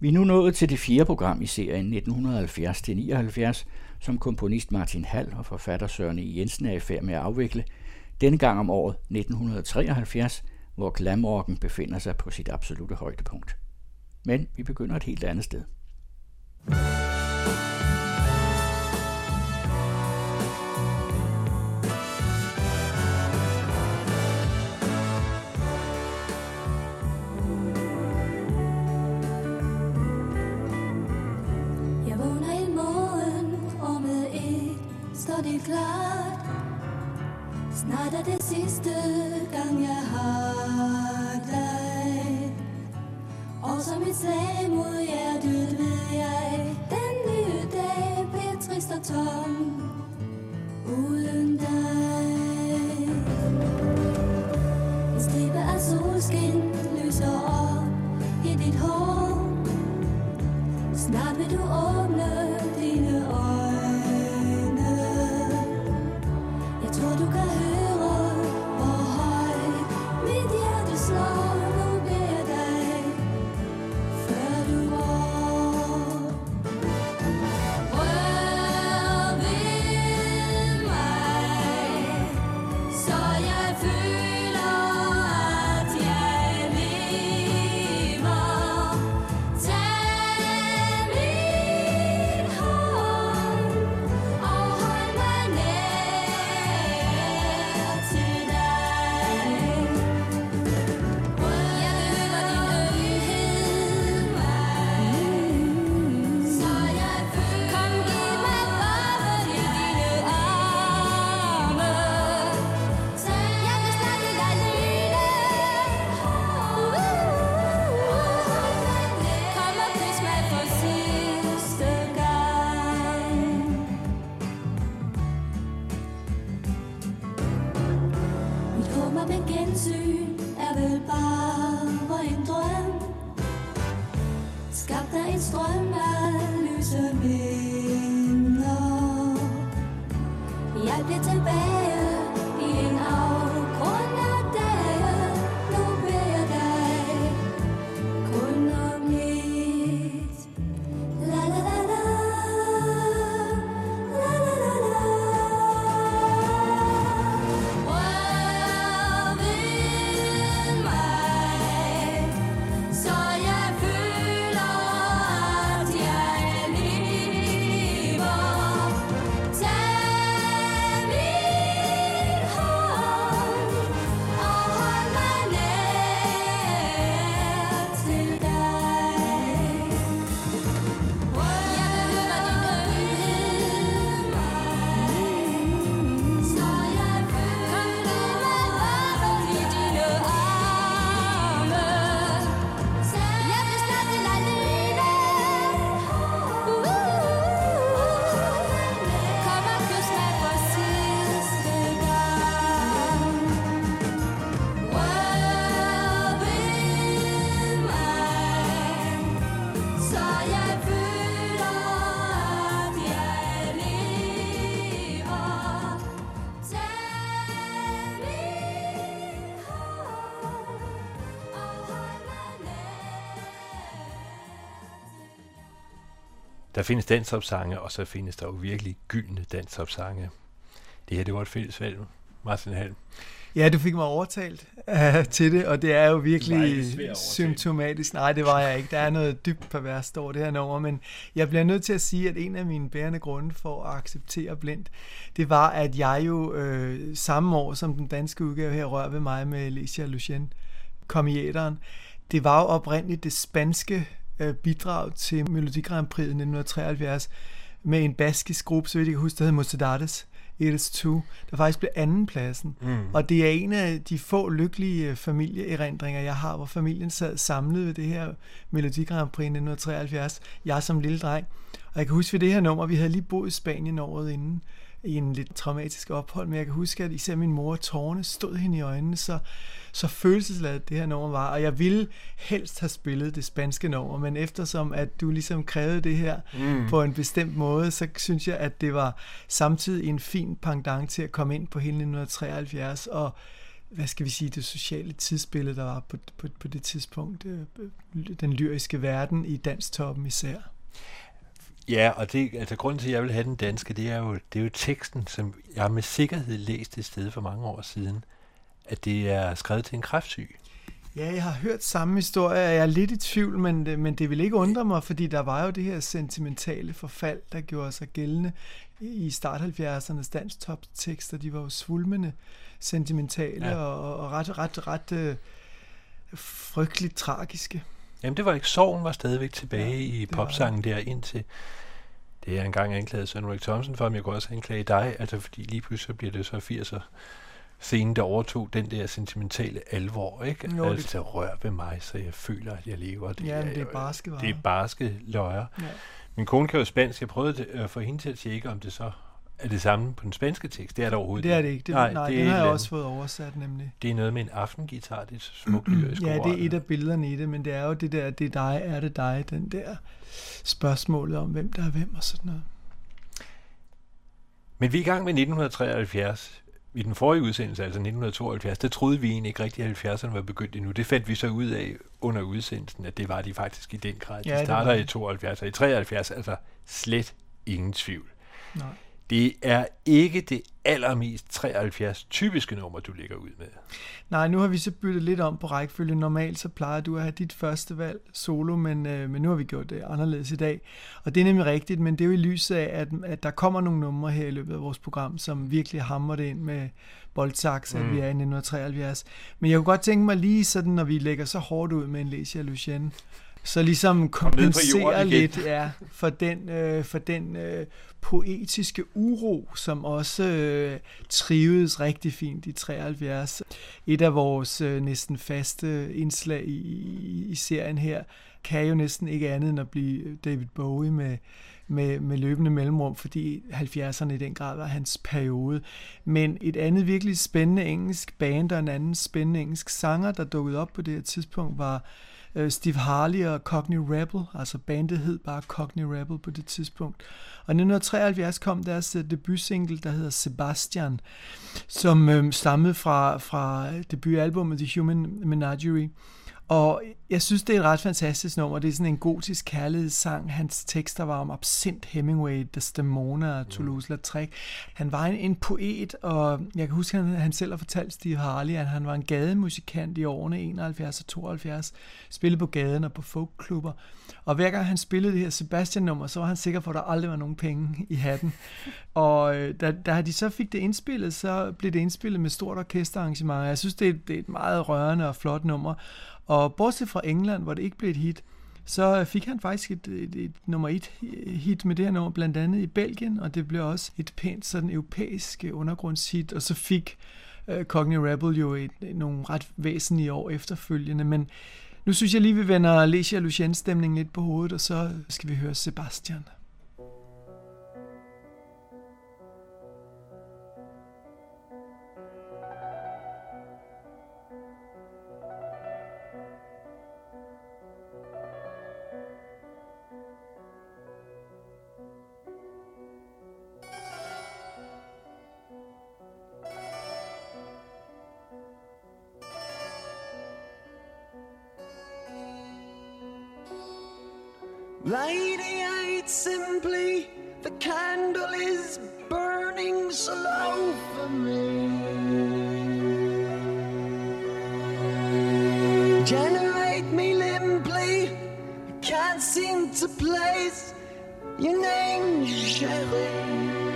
Vi er nu nået til det 4. program i serien 1970-79, som komponist Martin Hall og forfatter Søren E. Jensen er i færd med at afvikle, denne gang om året 1973, hvor glamrocken befinder sig på sit absolute højdepunkt. Men vi begynder et helt andet sted. Det er klart, snart er det sidste gang jeg har dig. Og som et slag mod hjertet ved jeg, den nye dag bliver trist og tom uden dig. En stribe af solskin lyser op i dit hår. Snart vil du åbne dine øjne. Tror du kan høre, hvor højt mit hjerte slår. Nu beder jeg dig, før du går. Rør ved mig, så jeg føler, at jeg lever. Tag min hånd og hold mig nær. Der findes dansopsange, og så findes der jo virkelig gyldne dansopsange. Det her, det var et fælles valg, Martin Hall. Ja, du fik mig overtalt til det, og det er jo virkelig symptomatisk. Nej, det var jeg ikke. Der er noget dybt perverst over det her nummer, men jeg bliver nødt til at sige, at en af mine bærende grunde for at acceptere Blindt, det var, at jeg jo samme år som den danske udgave her rør ved mig med Lecia Lucien, kom i æteren. Det var jo oprindeligt det spanske bidrag til Melodi Grand Prix 1973 med en baskisk gruppe, så vidt jeg kan huske, der hed Mocedades. It is Two, der faktisk blev andenpladsen. Og det er en af de få lykkelige familieerindringer, jeg har, hvor familien sad samlet ved det her Melodi Grand Prix 1973. Jeg som lille dreng. Og jeg kan huske ved det her nummer, vi havde lige boet i Spanien året inden, i en lidt traumatisk ophold, men jeg kan huske, at især min mor tårerne stod hende i øjnene, så følelsesladet det her nummer var, og jeg ville helst have spillet det spanske nummer, men eftersom at du ligesom krævede det her på en bestemt måde, så synes jeg, at det var samtidig en fin pendant til at komme ind på hele 1973, og hvad skal vi sige, det sociale tidsbillede, der var på det tidspunkt, den lyriske verden i danstoppen især. Ja, og grunden til, at jeg vil have den danske, det er jo teksten, som jeg med sikkerhed læste et sted for mange år siden, at det er skrevet til en kræftsyg. Ja, jeg har hørt samme historie, og jeg er lidt i tvivl, men det vil ikke undre mig, fordi der var jo det her sentimentale forfald, der gjorde sig gældende i start 70'ernes dansktoptekster. De var jo svulmende sentimentale, ja, og ret frygteligt tragiske. Jamen det var ikke, sorgen var stadigvæk tilbage i popsangen der indtil, det er engang anklaget Søren Ulrik Thomsen for, men jeg kunne også anklage dig, altså fordi lige pludselig bliver det så 80'er scenen, der overtog den der sentimentale alvor, ikke? Jo, altså rør ved mig, så jeg føler, at jeg lever. Det er barske varer. Det er barske løjer. Ja. Min kone kan jo spansk. Jeg prøvede at få hende til at tjekke, om det så er det samme på den spanske tekst. Det er der overhovedet ikke. Det er det ikke. Nej, det har jeg også fået oversat, nemlig. Det er noget med en aftengitar, det er smukt lyrisk. Ja, det er et af billederne i det, men det er jo det der, det er dig, er det dig, den der spørgsmålet om, hvem der er hvem og sådan noget. Men vi er i gang med 1973. I den forrige udsendelse, altså 1972, der troede vi egentlig ikke rigtig, at 70'erne var begyndt endnu. Det fandt vi så ud af under udsendelsen, at det var de faktisk i den grad. De starter i 72 og i 73, altså slet ingen tvivl. Nej. Det er ikke det allermest 73 typiske nummer, du lægger ud med. Nej, nu har vi så byttet lidt om på rækkefølge. Normalt så plejer du at have dit første valg solo, men nu har vi gjort det anderledes i dag. Og det er nemlig rigtigt, men det er jo i lyset af, at der kommer nogle numre her i løbet af vores program, som virkelig hammer det ind med boldsaks, at vi er i 1973. Men jeg kunne godt tænke mig lige sådan, når vi lægger så hårdt ud med en Lecia Lucienne, så ligesom kompensere lidt for den poetiske uro, som også trivedes rigtig fint i 73. Et af vores næsten faste indslag i serien her kan jo næsten ikke andet end at blive David Bowie med løbende mellemrum, fordi 70'erne i den grad var hans periode. Men et andet virkelig spændende engelsk band og en anden spændende engelsk sanger, der dukkede op på det her tidspunkt, var Steve Harley og Cockney Rebel, altså bandet hed bare Cockney Rebel på det tidspunkt. Og i 1973 kom deres debutsingle, der hedder Sebastian, som stammede fra debutalbummet The Human Menagerie. Og jeg synes, det er et ret fantastisk nummer. Det er sådan en gotisk kærlighedssang. Hans tekster var om absint, Hemingway, Desdemona og Toulouse-Lautrec. Han var en poet, og jeg kan huske, at han selv har fortalt Steve Harley, at han var en gademusikant i årene 71 og 72. Spillede på gaden og på folkklubber. Og hver gang han spillede det her Sebastian-nummer, så var han sikker på, at der aldrig var nogen penge i hatten. Og da de så fik det indspillet, så blev det indspillet med stort orkesterarrangement. Jeg synes, det er et meget rørende og flot nummer. Og bortset fra England, hvor det ikke blev et hit, så fik han faktisk et nummer 1 hit med det her nummer, blandt andet i Belgien, og det blev også et pænt sådan europæisk undergrundshit, og så fik Cockney Rebel jo nogle ret væsentlige år efterfølgende, men nu synes jeg lige, vi vender Lecia Lucienne stemningen lidt på hovedet, og så skal vi høre Sebastian. Radiate simply, the candle is burning slow for me. Generate me limply, I can't seem to place your name, Cherie.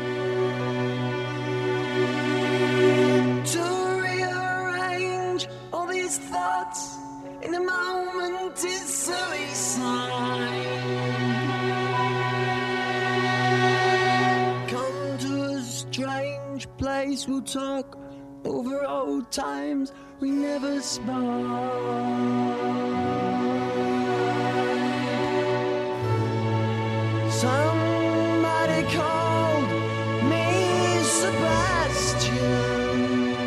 To rearrange all these thoughts in a moment is suicide. Place we'll talk over old times we never spoke. Somebody called me Sebastian.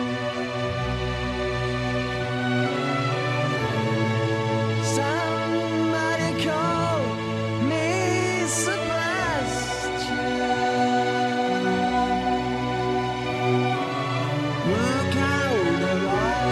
Somebody called me Sebastian. Work out a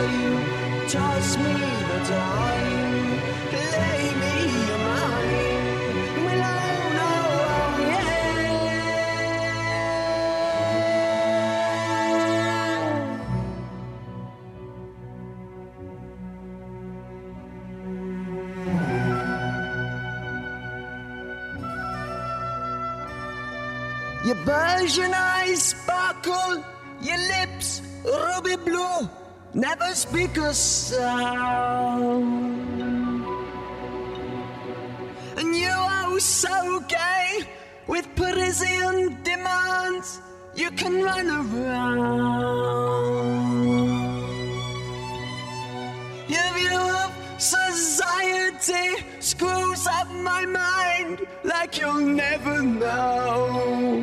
Your Persian eyes sparkle, your lips ruby blue, never speak a sound. And you are so gay with Parisian demands, you can run around. Your view of society screws up my mind like you'll never know.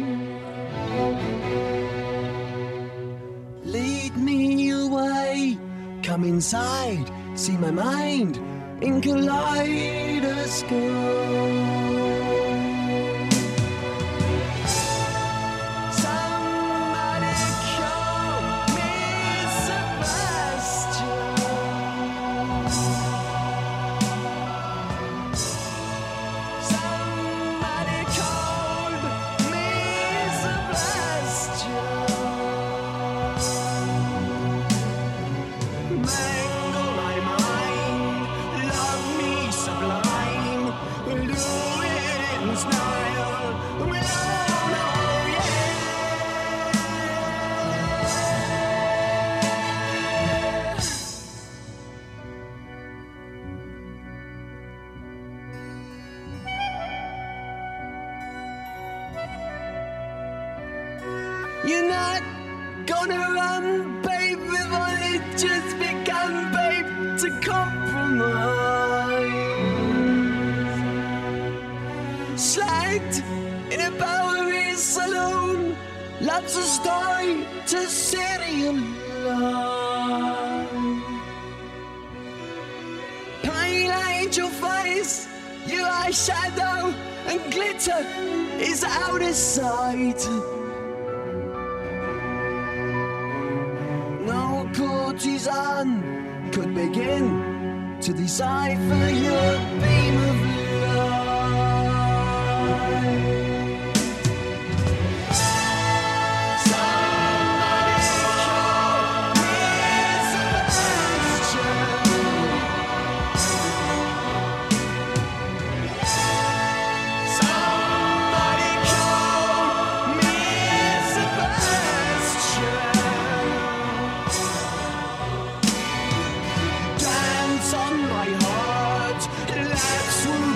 Lead me away, come inside, see my mind in kaleidoscope. You're not gonna run, babe, we've only just begun, babe, to compromise. Slagged in a Bowery saloon, love's a story to serialize. Pale angel face, your eyeshadow and glitter is out of sight. Courtesan could begin to decipher your beam of light. Dance on my heart, let's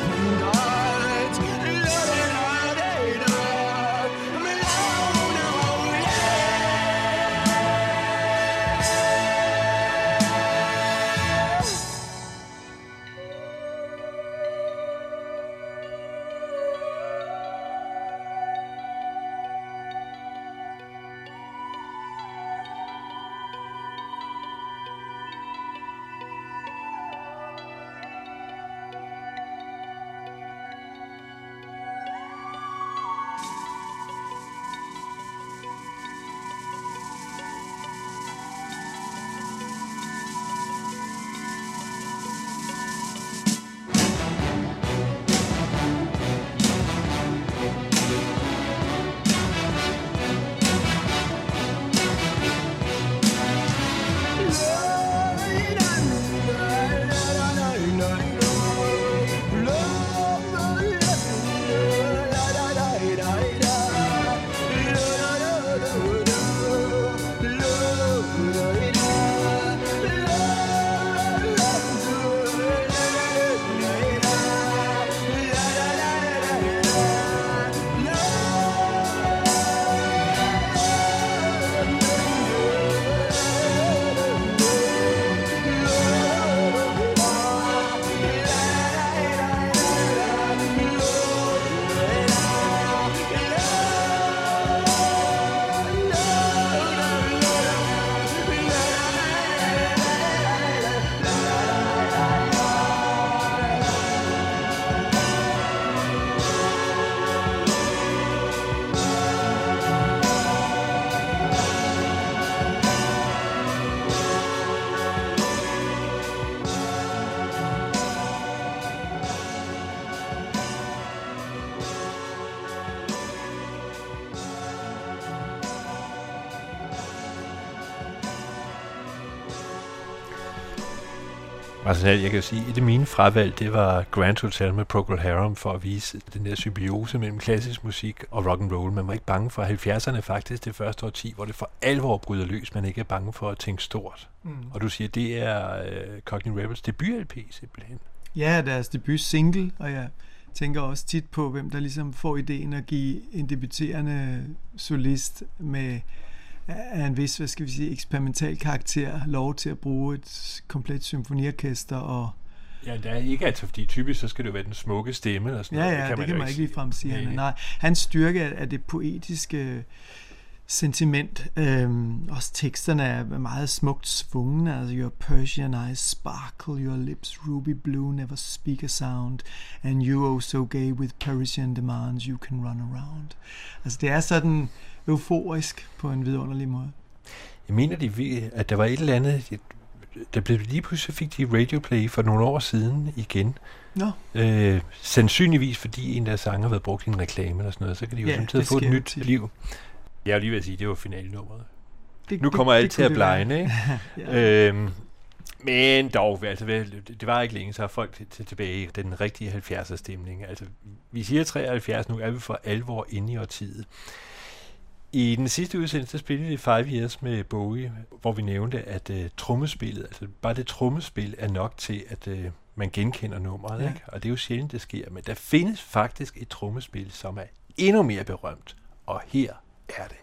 Altså, jeg kan jo sige, at det mine fravalg, det var Grand Hotel med Procol Harum for at vise den der symbiose mellem klassisk musik og rock and roll. Man var ikke bange for 70'erne faktisk, det første årti, hvor det for alvor bryder løs. Man ikke er bange for at tænke stort. Og du siger, det er Cockney Rebels debut-LP simpelthen. Ja, deres debut-single, og jeg tænker også tit på, hvem der ligesom får ideen at give en debuterende solist med af en vis, hvad skal vi sige, eksperimental karakter lov til at bruge et komplet symfoniorkester og... Ja, der er ikke altså, fordi typisk så skal det jo være den smukke stemme eller sådan noget. Ja, det kan man ikke ligefrem sige. Nej, hans styrke er det poetiske sentiment. Også teksterne er meget smukt svungne. Altså, your Persian eyes sparkle, your lips ruby blue, never speak a sound, and you oh so gay with Parisian demands, you can run around. Altså, det er sådan euforisk på en vidunderlig måde. Jeg mener, at der var et eller andet... Der blev lige pludselig fik de radioplay for nogle år siden igen. No. Sandsynligvis fordi en der sanger har været brugt i en reklame eller sådan noget, så kan de jo samtidig få et nyt liv. Jeg vil lige ved at sige, det var finalenummeret. Nu kommer alt til at blegne, ikke? Ja. Men dog, altså, det var ikke længe, så har folk tilbage i den rigtige 70'er stemning. Altså, vi siger 73, nu er vi for alvor inde i årtiet. I den sidste udsendelse, der spillede vi 5 Years med Bowie, hvor vi nævnte, at trommespillet, altså bare det trommespil er nok til, at man genkender nummeret, ikke? Og det er jo sjældent, det sker. Men der findes faktisk et trommespil, som er endnu mere berømt, og her er det.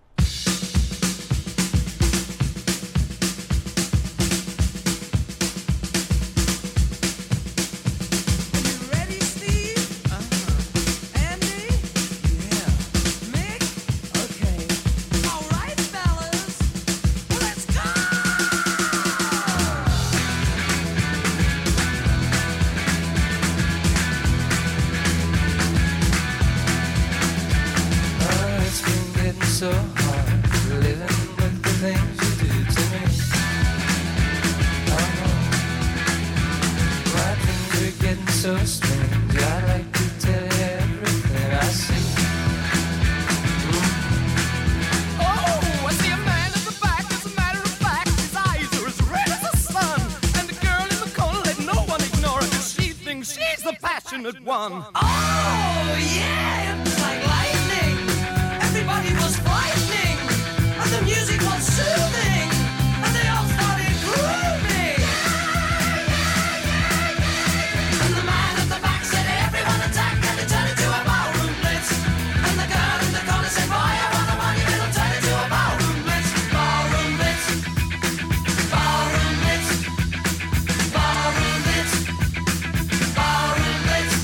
So hard living with the things you do to me. My things are getting so strange. I like to tell you everything I see. Oh, I see a man in the back. As a matter of fact, his eyes are as red as the sun. And the girl in the corner, let no one ignore her, 'cause she thinks she's the passionate one. Oh, yeah, it was like lightning. Everybody was frightening, and the music was soothing, and they all started grooving. And the man at the back said, everyone attack, and they turned it to a ballroom blitz. And the girl in the corner said, boy, I want the money, it'll turn it to a ballroom blitz. Ballroom blitz, ballroom blitz, ballroom blitz, ballroom blitz.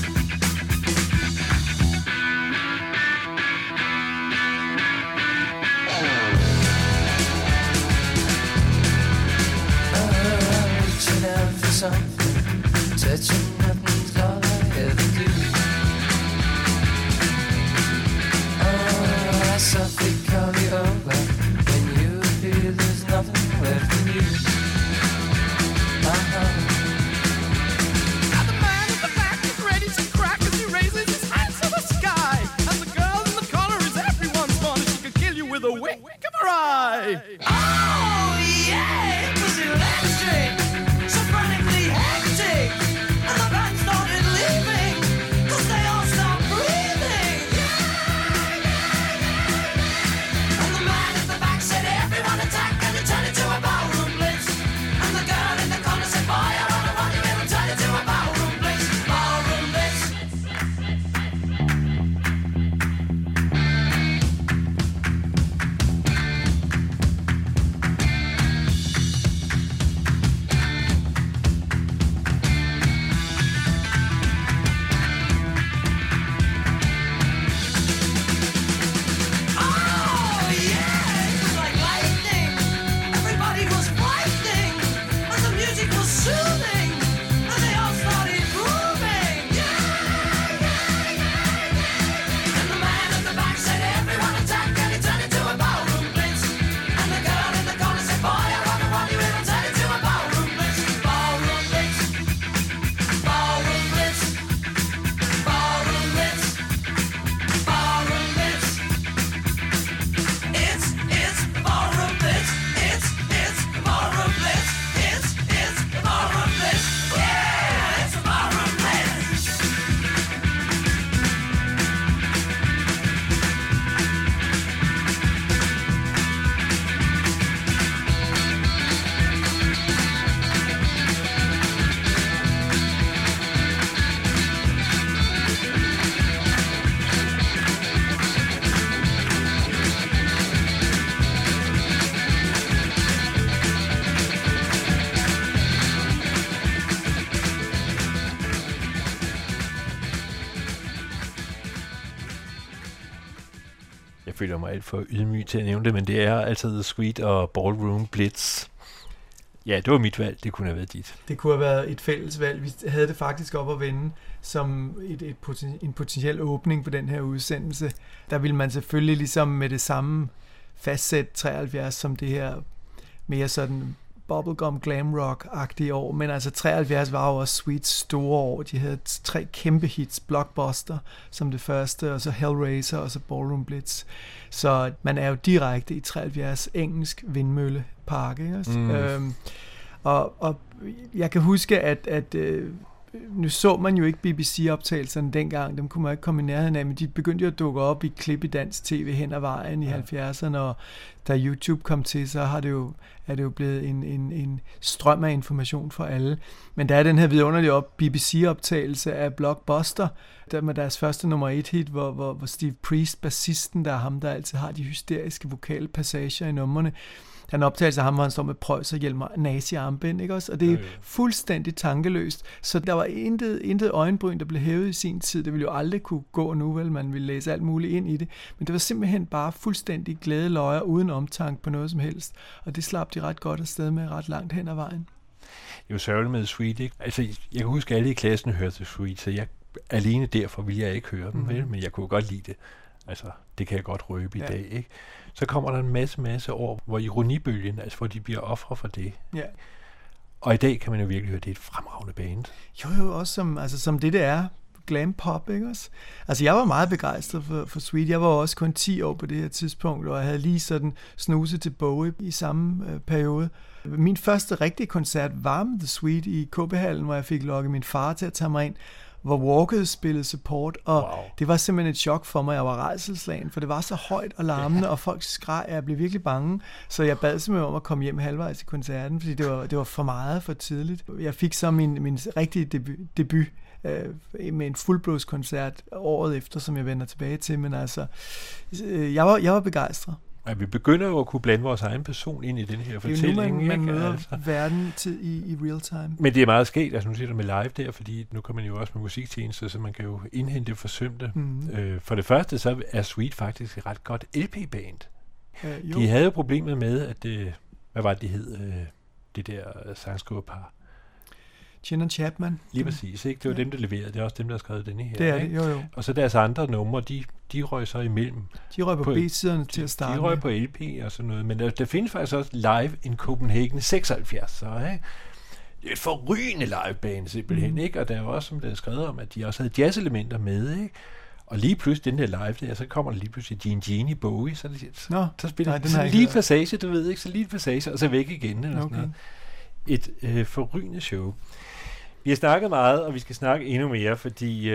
Jeg føler mig alt for ydmyg til at nævne det, men det er altså The Sweet og Ballroom Blitz. Ja, det var mit valg. Det kunne have været dit. Det kunne have været et fælles valg. Vi havde det faktisk op at vende som en potentiel åbning på den her udsendelse. Der ville man selvfølgelig ligesom med det samme fastsæt 73 som det her mere sådan bubblegum glam rock-agtige år, men altså 73 var jo også Sweets store år. De havde 3 kæmpe hits, Blockbuster som det første, og så Hellraiser, og så Ballroom Blitz. Så man er jo direkte i 73 engelsk vindmøllepark, ikke? Og jeg kan huske, at nu så man jo ikke BBC-optagelserne dengang, dem kunne man ikke komme i nærheden af, men de begyndte jo at dukke op i klip i dansk tv hen ad vejen i 70'erne, og da YouTube kom til, så er det jo blevet en strøm af information for alle. Men der er den her vidunderlige BBC-optagelse af Blockbuster, der med deres første nummer 1 hit, hvor Steve Priest, bassisten, der er ham, der altid har de hysteriske vokale passager i numrene, han optager ham, hvor han står med prøjserhjelm og nazi-armbind, ikke også? Og det er fuldstændig tankeløst. Så der var intet øjenbryn, der blev hævet i sin tid. Det ville jo aldrig kunne gå nu, vel? Man ville læse alt muligt ind i det. Men det var simpelthen bare fuldstændig glædeløjer, uden omtanke på noget som helst. Og det slap de ret godt afsted med ret langt hen ad vejen. Det er jo sørgeligt med Sweet, ikke? Altså, jeg kan huske, at alle i klassen hørte Sweet, så alene derfor ville jeg ikke høre dem, vel? Men jeg kunne godt lide det. Altså, det kan jeg godt røbe i dag, ikke? Så kommer der en masse år, hvor ironibølgen, altså hvor de bliver ofre for det. Ja. Og i dag kan man jo virkelig høre, det er et fremragende band. Jo, også som det er. Glam pop, ikke også? Altså, jeg var meget begejstret for Sweet. Jeg var også kun 10 år på det her tidspunkt, og jeg havde lige sådan snuset til Bowie i samme periode. Min første rigtige koncert var med The Sweet i KB-hallen, hvor jeg fik lokket min far til at tage mig ind, hvor Walker spillede support, og det var simpelthen et chok for mig. Jeg var rædselsslagen, for det var så højt og larmende, og folk skreg, og jeg blev virkelig bange, så jeg bad simpelthen om at komme hjem halvvejs i koncerten, fordi det var for meget for tidligt. Jeg fik så min rigtige debut med en fuldblodskoncert året efter, som jeg vender tilbage til, men altså, jeg var begejstret. Ja, vi begynder jo at kunne blande vores egen person ind i den her fortælling. Det er nu, man møder verden i real time. Men det er meget sket, altså nu siger du med live der, fordi nu kan man jo også med musiktjenester, så man kan jo indhente forsømte. For det første, så er Sweet faktisk et ret godt LP-band. De havde jo problemet med, at hvad var det, de hed? Det der sangskriverpar. Chin og Chapman. Lige præcis, ikke? Det var dem, der leverede. Det er også dem, der har skrevet denne her. Det er det, jo. Og så deres andre numre, de røg så imellem. De røg på B-siderne til at starte. De røg på LP og sådan noget. Men der findes faktisk også Live in Copenhagen 76. Så, ikke? Det er et forrygende liveband simpelthen, ikke? Og der er også, som der er skrevet om, at de også havde jazz-elementer med, ikke? Og lige pludselig, den der live der, så kommer der lige pludselig Gene Bowie, så spiller den så lige passage, du ved ikke, så lige passage, og så væk igen, eller sådan noget. Et forrygende show. Vi har snakket meget, og vi skal snakke endnu mere, fordi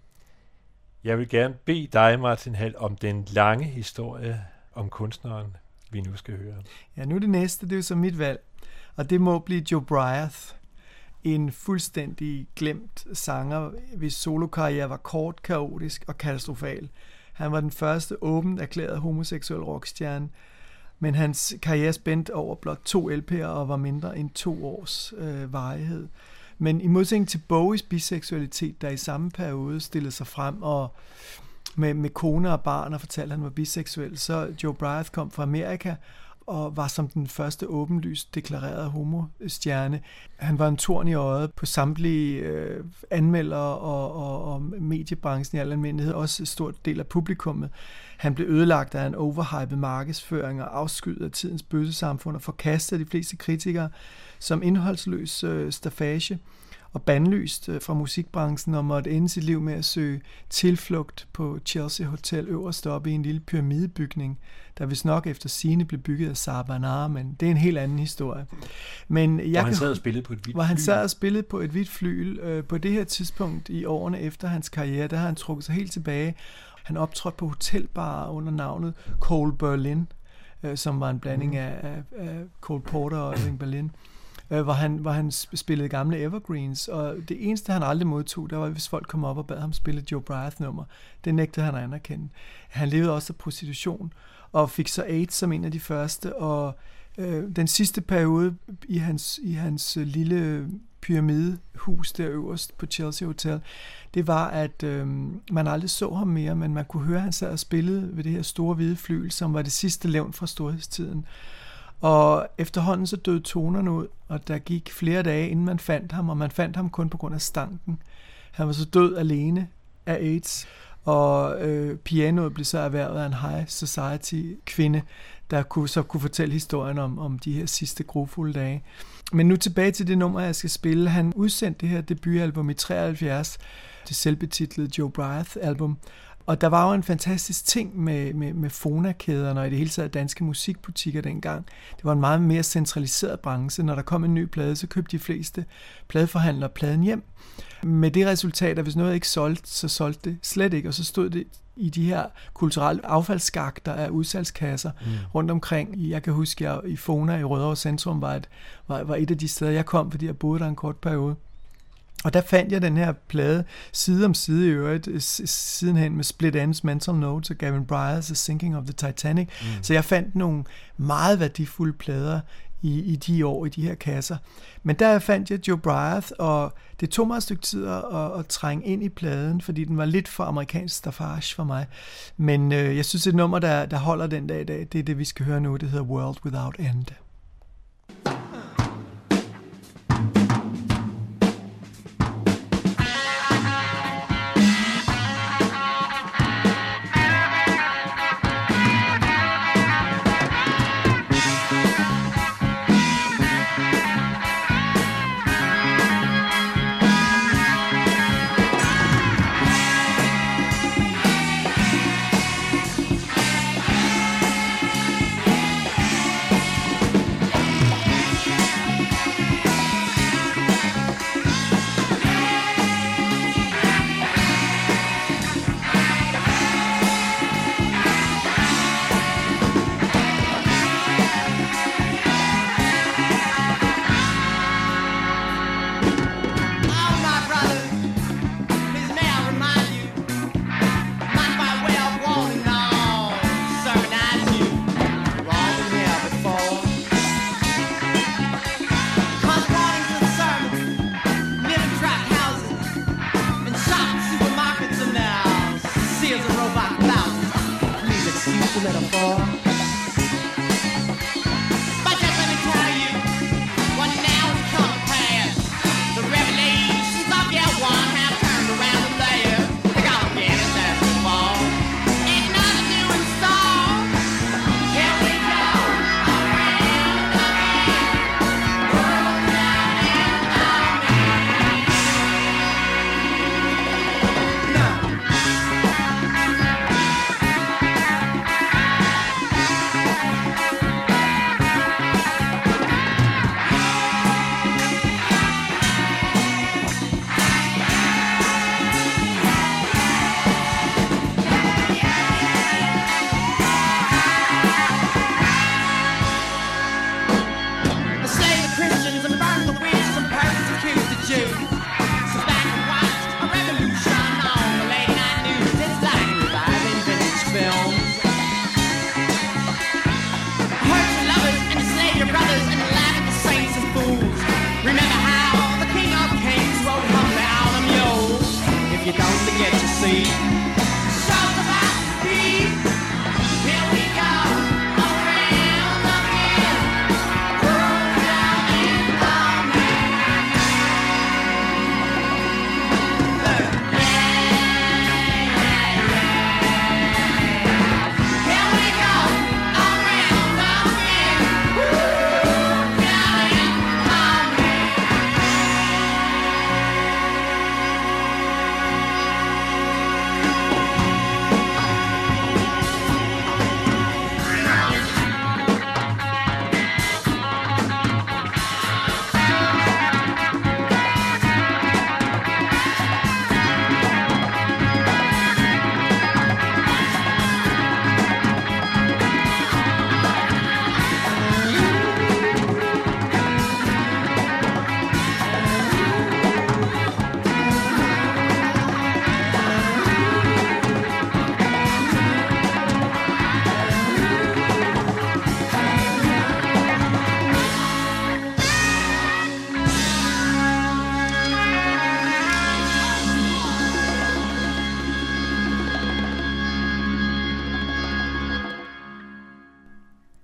jeg vil gerne bede dig, Martin Hall, om den lange historie om kunstneren, vi nu skal høre. Ja, nu det næste, det er jo så mit valg, og det må blive Joe Bryant, en fuldstændig glemt sanger, hvis solokarriere var kort, kaotisk og katastrofal. Han var den første åbent erklærede homoseksuel rockstjerne, men hans karriere spændte over blot 2 LP'er og var mindre end 2 års varighed. Men i modsætning til Bowies biseksualitet, der i samme periode stillede sig frem og med kone og barn og fortalte, at han var biseksuel, så Joe Bryant kom fra Amerika og var som den første åbenlyst deklarerede homostjerne. Han var en torn i øjet på samtlige anmeldere og mediebranchen i al almindelighed, også en stor del af publikummet. Han blev ødelagt af en overhyped markedsføring og afskyet af tidens bøssesamfund og forkastet af de fleste kritikere som indholdsløs staffage og bandlyst fra musikbranchen og måtte ende sit liv med at søge tilflugt på Chelsea Hotel øverst oppe i en lille pyramidebygning, der vist nok efter sigende blev bygget af Sarah Bernard, men det er en helt anden historie. Men hvor han sad og spillede på et hvidt flygel. Hvor han sad og spillede på et hvidt flygel. På det her tidspunkt i årene efter hans karriere, der har han trukket sig helt tilbage. Han optrådte på hotelbarer under navnet Cole Berlin, som var en blanding af Cole Porter og Irving Berlin, hvor han spillede gamle evergreens, og det eneste, han aldrig modtog, der var, hvis folk kom op og bad ham spille Joe Bryant-nummer. Det nægtede han at anerkende. Han levede også af prostitution, og fik så AIDS som en af de første, og den sidste periode i hans lille pyramidehus der øverst på Chelsea Hotel, det var, at man aldrig så ham mere, men man kunne høre, at han sad og spillede ved det her store hvide flyl, som var det sidste levn fra storhedstiden. Og efterhånden så døde tonerne ud, og der gik flere dage, inden man fandt ham, og man fandt ham kun på grund af stanken. Han var så død alene af AIDS, og pianoet blev så erhvervet af en high society kvinde, der kunne fortælle historien om de her sidste grufulde dage. Men nu tilbage til det nummer, jeg skal spille. Han udsendte det her debutalbum i 73, det selvbetitlede Joe Bryant-album. Og der var jo en fantastisk ting med fonakæderne og i det hele taget danske musikbutikker dengang. Det var en meget mere centraliseret branche. Når der kom en ny plade, så købte de fleste pladeforhandlere pladen hjem. Med det resultat, at hvis noget ikke solgte, så solgte det slet ikke. Og så stod det i de her kulturelle affaldsskakter af udsalgskasser rundt omkring. Jeg kan huske, at i Fona i Rødovre Centrum var et af de steder, jeg kom, fordi jeg boede der en kort periode. Og der fandt jeg den her plade side om side i øvrigt, sidenhen med Split Enz, Mental Notes og Gavin Bryars A Sinking of the Titanic. Så jeg fandt nogle meget værdifulde plader i de år, i de her kasser. Men der fandt jeg Joe Bryant, og det tog mig et stykke tid at trænge ind i pladen, fordi den var lidt for amerikansk staffage for mig. Men jeg synes, et nummer, der holder den dag i dag, det er det, vi skal høre nu. Det hedder World Without End.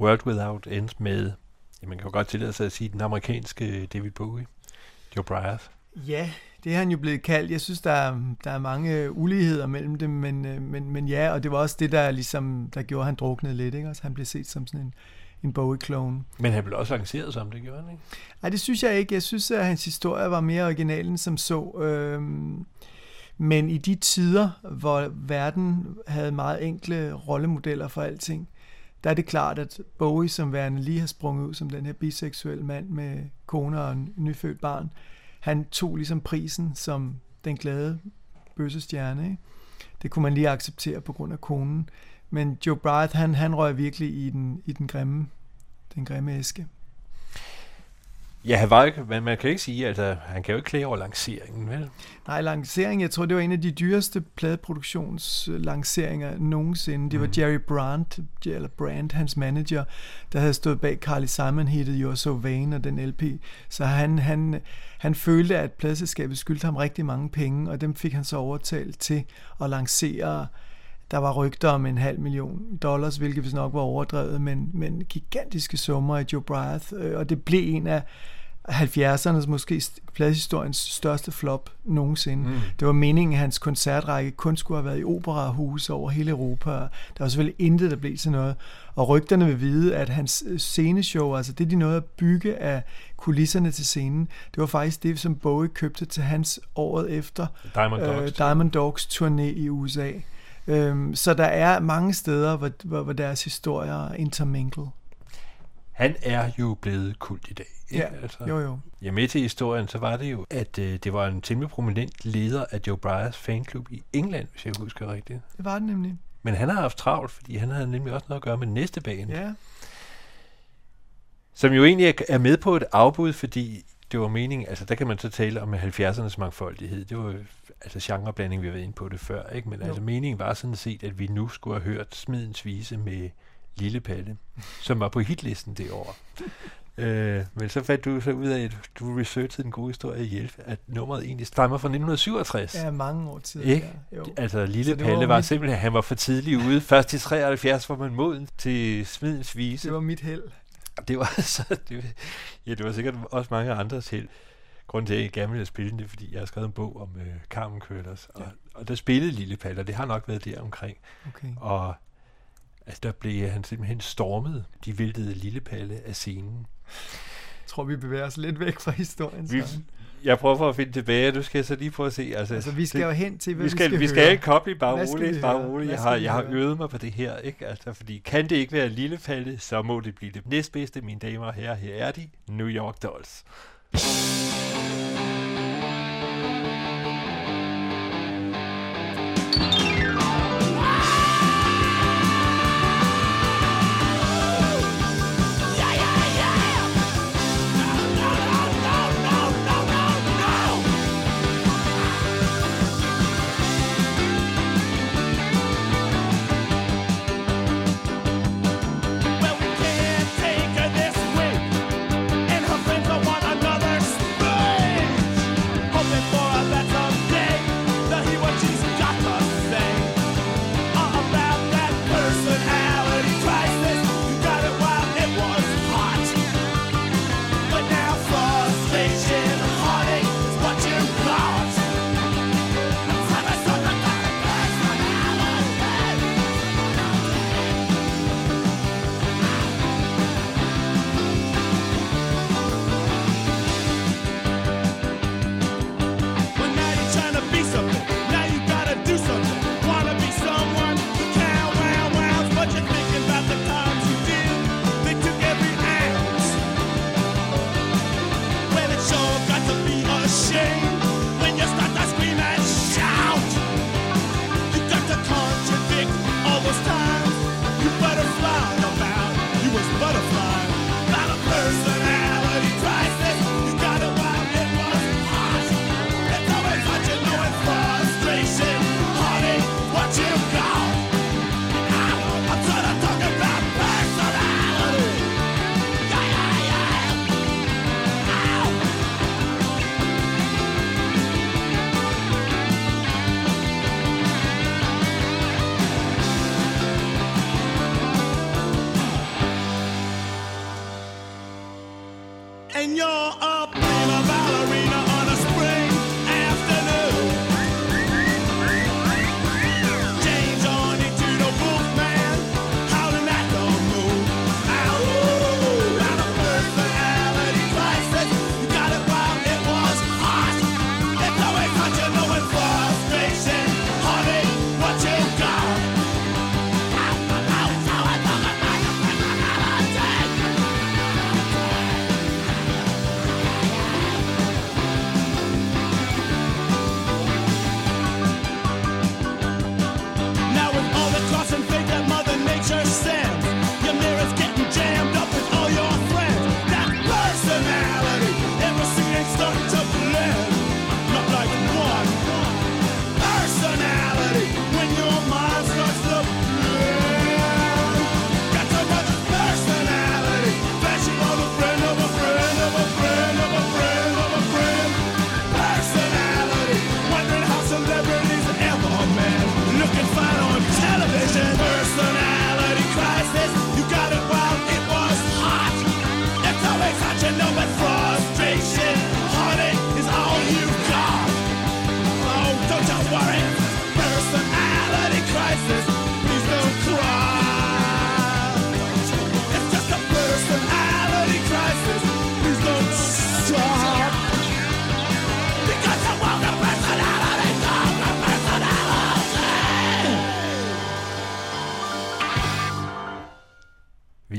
World Without End med, man kan jo godt tillade sig at sige, den amerikanske David Bowie, Joe Bryant. Ja, det er han jo blevet kaldt. Jeg synes, der er mange uligheder mellem dem, men ja, og det var også det, der gjorde, at han druknede lidt, ikke? Altså, han blev set som sådan en Bowie-clone. Men han blev også lanceret som det, gjorde han, ikke? Nej, det synes jeg ikke. Jeg synes, at hans historie var mere original end som så. Men i de tider, hvor verden havde meget enkle rollemodeller for alting, der er det klart, at Bowie som værende lige har sprunget ud som den her biseksuelle mand med kone og en nyfødt barn, han tog ligesom prisen som den glade bøssestjerne, ikke? Det kunne man lige acceptere på grund af konen. Men Joe Bryant, han røg virkelig i den grimme æske. Ja, han var ikke, men man kan ikke sige, at han kan jo ikke klage over lanceringen, vel? Nej, lanceringen, jeg tror, det var en af de dyreste pladeproduktionslanceringer nogensinde. Det var Jerry Brandt, hans manager, der havde stået bag Carly Simon-hittet You're So Vain og den LP. Så han følte, at pladeselskabet skyldte ham rigtig mange penge, og dem fik han så overtalt til at lancere. Der var rygter om $500,000, hvilket vist nok var overdrevet, men gigantiske summer i Joe Bryant, og det blev en af 70'ernes, måske pladehistoriens største flop nogensinde. Det var meningen, at hans koncertrække kun skulle have været i operahuse over hele Europa. Der var selvfølgelig intet, der blev til noget. Og rygterne vil vide, at hans sceneshow, altså det de nåede at bygge af kulisserne til scenen, det var faktisk det, som Bowie købte til hans året efter Diamond Dogs turné i USA. Så der er mange steder, hvor deres historier er intermingled. Han er jo blevet kult i dag. Ikke? Ja, altså, jo. Ja, med til historien, så var det jo, at det var en temmelig prominent leder af Joe Bryants fanklub i England, hvis jeg husker rigtigt. Det var det nemlig. Men han har haft travlt, fordi han havde nemlig også noget at gøre med næste band. Ja. Som jo egentlig er med på et afbud, fordi det var meningen, altså der kan man så tale om 70'ernes mangfoldighed. Det var altså genreblanding, vi har været inde på det før, ikke? Men altså meningen var sådan set, at vi nu skulle have hørt Smidens Vise med Lille Palle, som var på hitlisten det år. Men så fandt du så ud af, at du researchede den gode historie ihjel, at nummeret egentlig stammer fra 1967. Ja, mange år tidligere. Altså Lille Palle var simpelthen, han var for tidlig ude. Først i 73 var man moden til Smidens Vise. Det var mit held. Det var så, det var sikkert også mange andres held. Grunden til, at jeg gerne ville spille det, fordi jeg har skrevet en bog om Carmen Curlers, og der spillede Lille Palle, og det har nok været der omkring. Okay. Og altså, der blev han simpelthen stormet. De væltede Lille Palle af scenen. Jeg tror, vi bevæger os lidt væk fra historien. Jeg prøver for at finde tilbage, du skal så lige prøve at se. Altså vi skal jo hen til, hvad vi skal ikke koble, bare roligt. Jeg har øvet mig på det her, ikke? Altså, fordi kan det ikke være Lille Palle, så må det blive det næstbedste, mine damer og herrer. Her er de, New York Dolls. Well, we can't take her this way, and her friends are one another's food.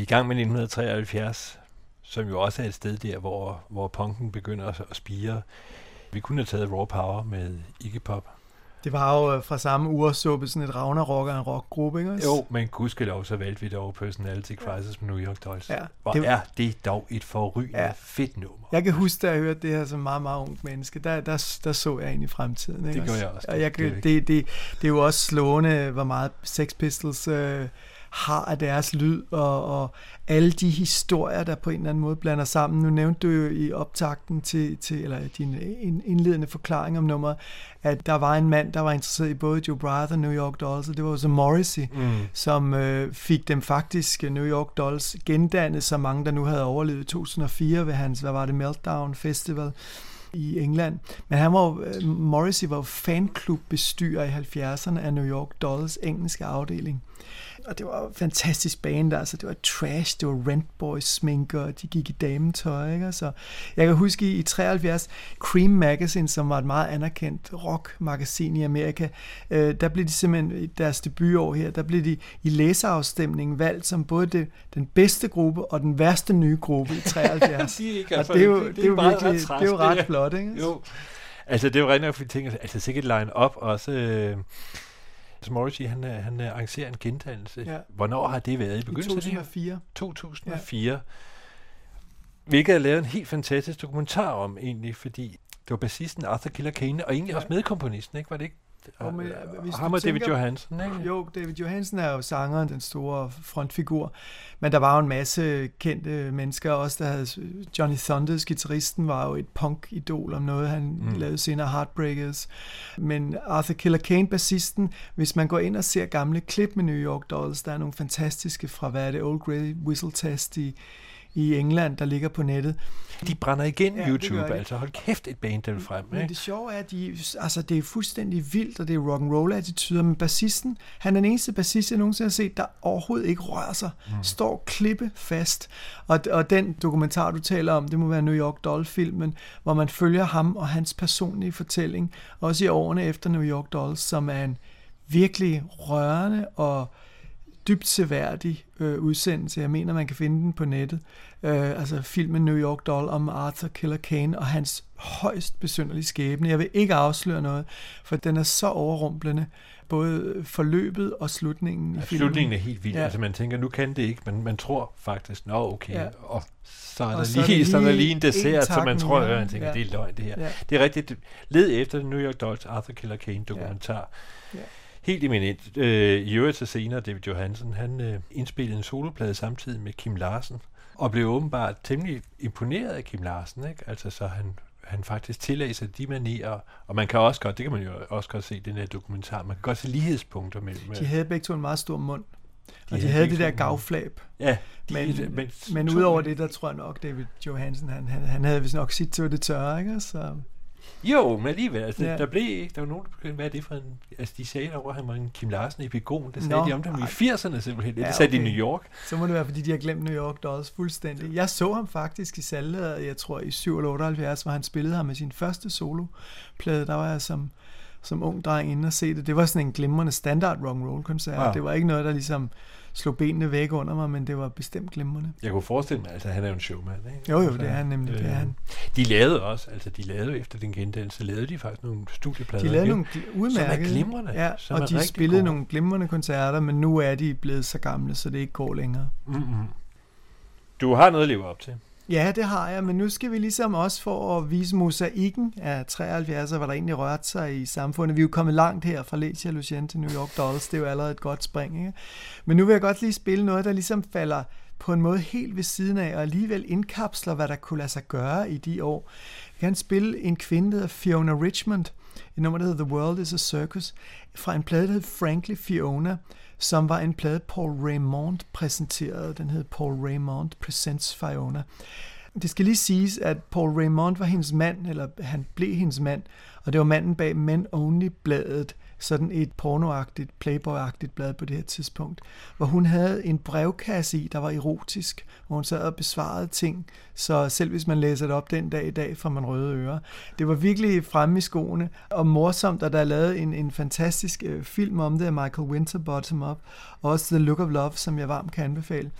i gang med 1973, som jo også er et sted der, hvor punken begynder at spire. Vi kunne have taget Raw Power med Iggy Pop. Det var jo fra samme ursuppe sådan et Ragnarok og en rockgruppe, ikke også? Jo, men gudskelov, så valgte vi dog Personality Crisis med New York Dolls. Ja, Hvor er det dog et forrygende fedt nummer. Jeg kan huske, da jeg hørte det her som meget, meget ungt menneske, der så jeg ind i fremtiden. Ikke? Det gør jeg også. Og det er jo også slående, hvor meget Sex Pistols har af deres lyd, og alle de historier, der på en eller anden måde blander sammen. Nu nævnte du jo i optakten til eller din indledende forklaring om nummeret, at der var en mand, der var interesseret i både Joe Bryant og New York Dolls, og det var jo så Morrissey, som fik dem faktisk New York Dolls gendannet, så mange der nu havde overlevet i 2004 ved hans, hvad var det, Meltdown Festival i England. Men Morrissey var jo fanklubbestyrer i 70'erne af New York Dolls engelske afdeling. Og det var jo fantastisk band, altså det var trash, det var Rent Boys sminker, og de gik i dametøj, ikke? Så jeg kan huske i 73, Cream Magazine, som var et meget anerkendt rockmagasin i Amerika, der blev de simpelthen i deres debutår her, der blev de i læserafstemningen valgt som både den bedste gruppe og den værste nye gruppe i 73. Og det er jo virkelig, det er jo ret flot, ikke? Jo, altså det er jo rent nok, for vi tænker, altså sikkert line-up også. Morrissey, han arrangerer en gentagelse. Ja. Hvornår har det været? I begyndelsen? 2004. 2004. Ja. Hvilket er lavet en helt fantastisk dokumentar om, egentlig, fordi det var bassisten Arthur Killer Kane, og egentlig også medkomponisten, ikke? Var det ikke? Ham og David Johansen, ikke? Jo, David Johansen er jo sangeren, den store frontfigur, men der var jo en masse kendte mennesker også, der havde Johnny Thunders, guitaristen, var jo et punk-idol om noget, han lavede senere Heartbreakers, men Arthur Killer Kane, bassisten, hvis man går ind og ser gamle klip med New York Dolls, der er nogle fantastiske fra, hvad er det, Old Grey Whistle Test i England, der ligger på nettet. De brænder igen YouTube, altså hold kæft et band, der vil frem. Men det sjove er, at det er fuldstændig vildt, og det er rock'n'roll-attityder, men bassisten, han er den eneste bassist, jeg nogensinde har set, der overhovedet ikke rører sig, står klippe fast. Og den dokumentar, du taler om, det må være New York Doll-filmen, hvor man følger ham og hans personlige fortælling, også i årene efter New York Dolls, som er en virkelig rørende og dybt seværdig udsendelse. Jeg mener, man kan finde den på nettet. Altså filmen New York Doll om Arthur Killer Kane og hans højst besynderlige skæbne. Jeg vil ikke afsløre noget, for den er så overrumplende. Både forløbet og slutningen i filmen. Slutningen er helt vild. Ja. Altså man tænker, nu kan det ikke, men man tror faktisk, okay. Ja. Og så er der lige en dessert, så man tror, at man tænker, det er løgn det her. Ja. Det er rigtigt. Led efter New York Dolls Arthur Killer Kane dokumentar. Ja. Helt eminent. I øvrigt så senere, David Johansen, han indspillede en soloplade samtidig med Kim Larsen, og blev åbenbart temmelig imponeret af Kim Larsen, ikke? Altså så han faktisk tillagde sig de manerer, og man kan også godt, det kan man jo også godt se i den her dokumentar, man kan godt se lighedspunkter mellem. De havde begge to en meget stor mund, og de havde det der gavflab. Ja. Men udover det, der tror jeg nok, David Johansen, han havde vist nok sit til det tørre, ikke? Så... Jo, men alligevel, altså, der var nogen, der begyndte, hvad er det for en, altså de sagde over, at han var en Kim Larsen-epigon, det sagde de om dem i 80'erne simpelthen, det sagde de i New York. Så må det være, fordi de har glemt New York Dolls fuldstændig. Jeg så ham faktisk i Saltet, jeg tror i 7 eller 78, hvor han spillede ham med sin første soloplade, der var jeg som ung dreng inde og se det. Det var sådan en glimrende standard rock'n'roll-koncert, det var ikke noget, der ligesom slog benene væk under mig, men det var bestemt glimrende. Jeg kunne forestille mig, altså han er jo en showman, ikke? Jo, det er han nemlig, det er han. De lavede også, efter den gendannelse, lavede de faktisk nogle studieplader. De lavede nogle udmærkede. Som er glimrende. Ja, og de spillede nogle glimrende koncerter, men nu er de blevet så gamle, så det ikke går længere. Mm-hmm. Du har noget at leve op til. Ja, det har jeg, men nu skal vi ligesom også for at vise mosaikken af 73'er, hvad der egentlig rørte sig i samfundet. Vi er jo kommet langt her fra Lecia Lucien til New York Dolls, det er jo allerede et godt spring, ikke? Men nu vil jeg godt lige spille noget, der ligesom falder på en måde helt ved siden af, og alligevel indkapsler, hvad der kunne lade sig gøre i de år. Jeg kan spille en kvinde, der hedder Fiona Richmond, et nummer, der hedder The World is a Circus, fra en plade, der hedder Frankly Fiona, som var en plade, Paul Raymond præsenterede. Den hed Paul Raymond Presents Fiona. Det skal lige siges, at Paul Raymond var hendes mand, eller han blev hendes mand, og det var manden bag Men Only-bladet, sådan et pornoagtigt, playboy-agtigt blad på det her tidspunkt, hvor hun havde en brevkasse i, der var erotisk, hvor hun sad og besvarede ting, så selv hvis man læser det op den dag i dag, får man røde ører. Det var virkelig fremme i skoene, og morsomt, at der er lavet en fantastisk film om det af Michael Winterbottom og også The Look of Love, som jeg varmt kan anbefale.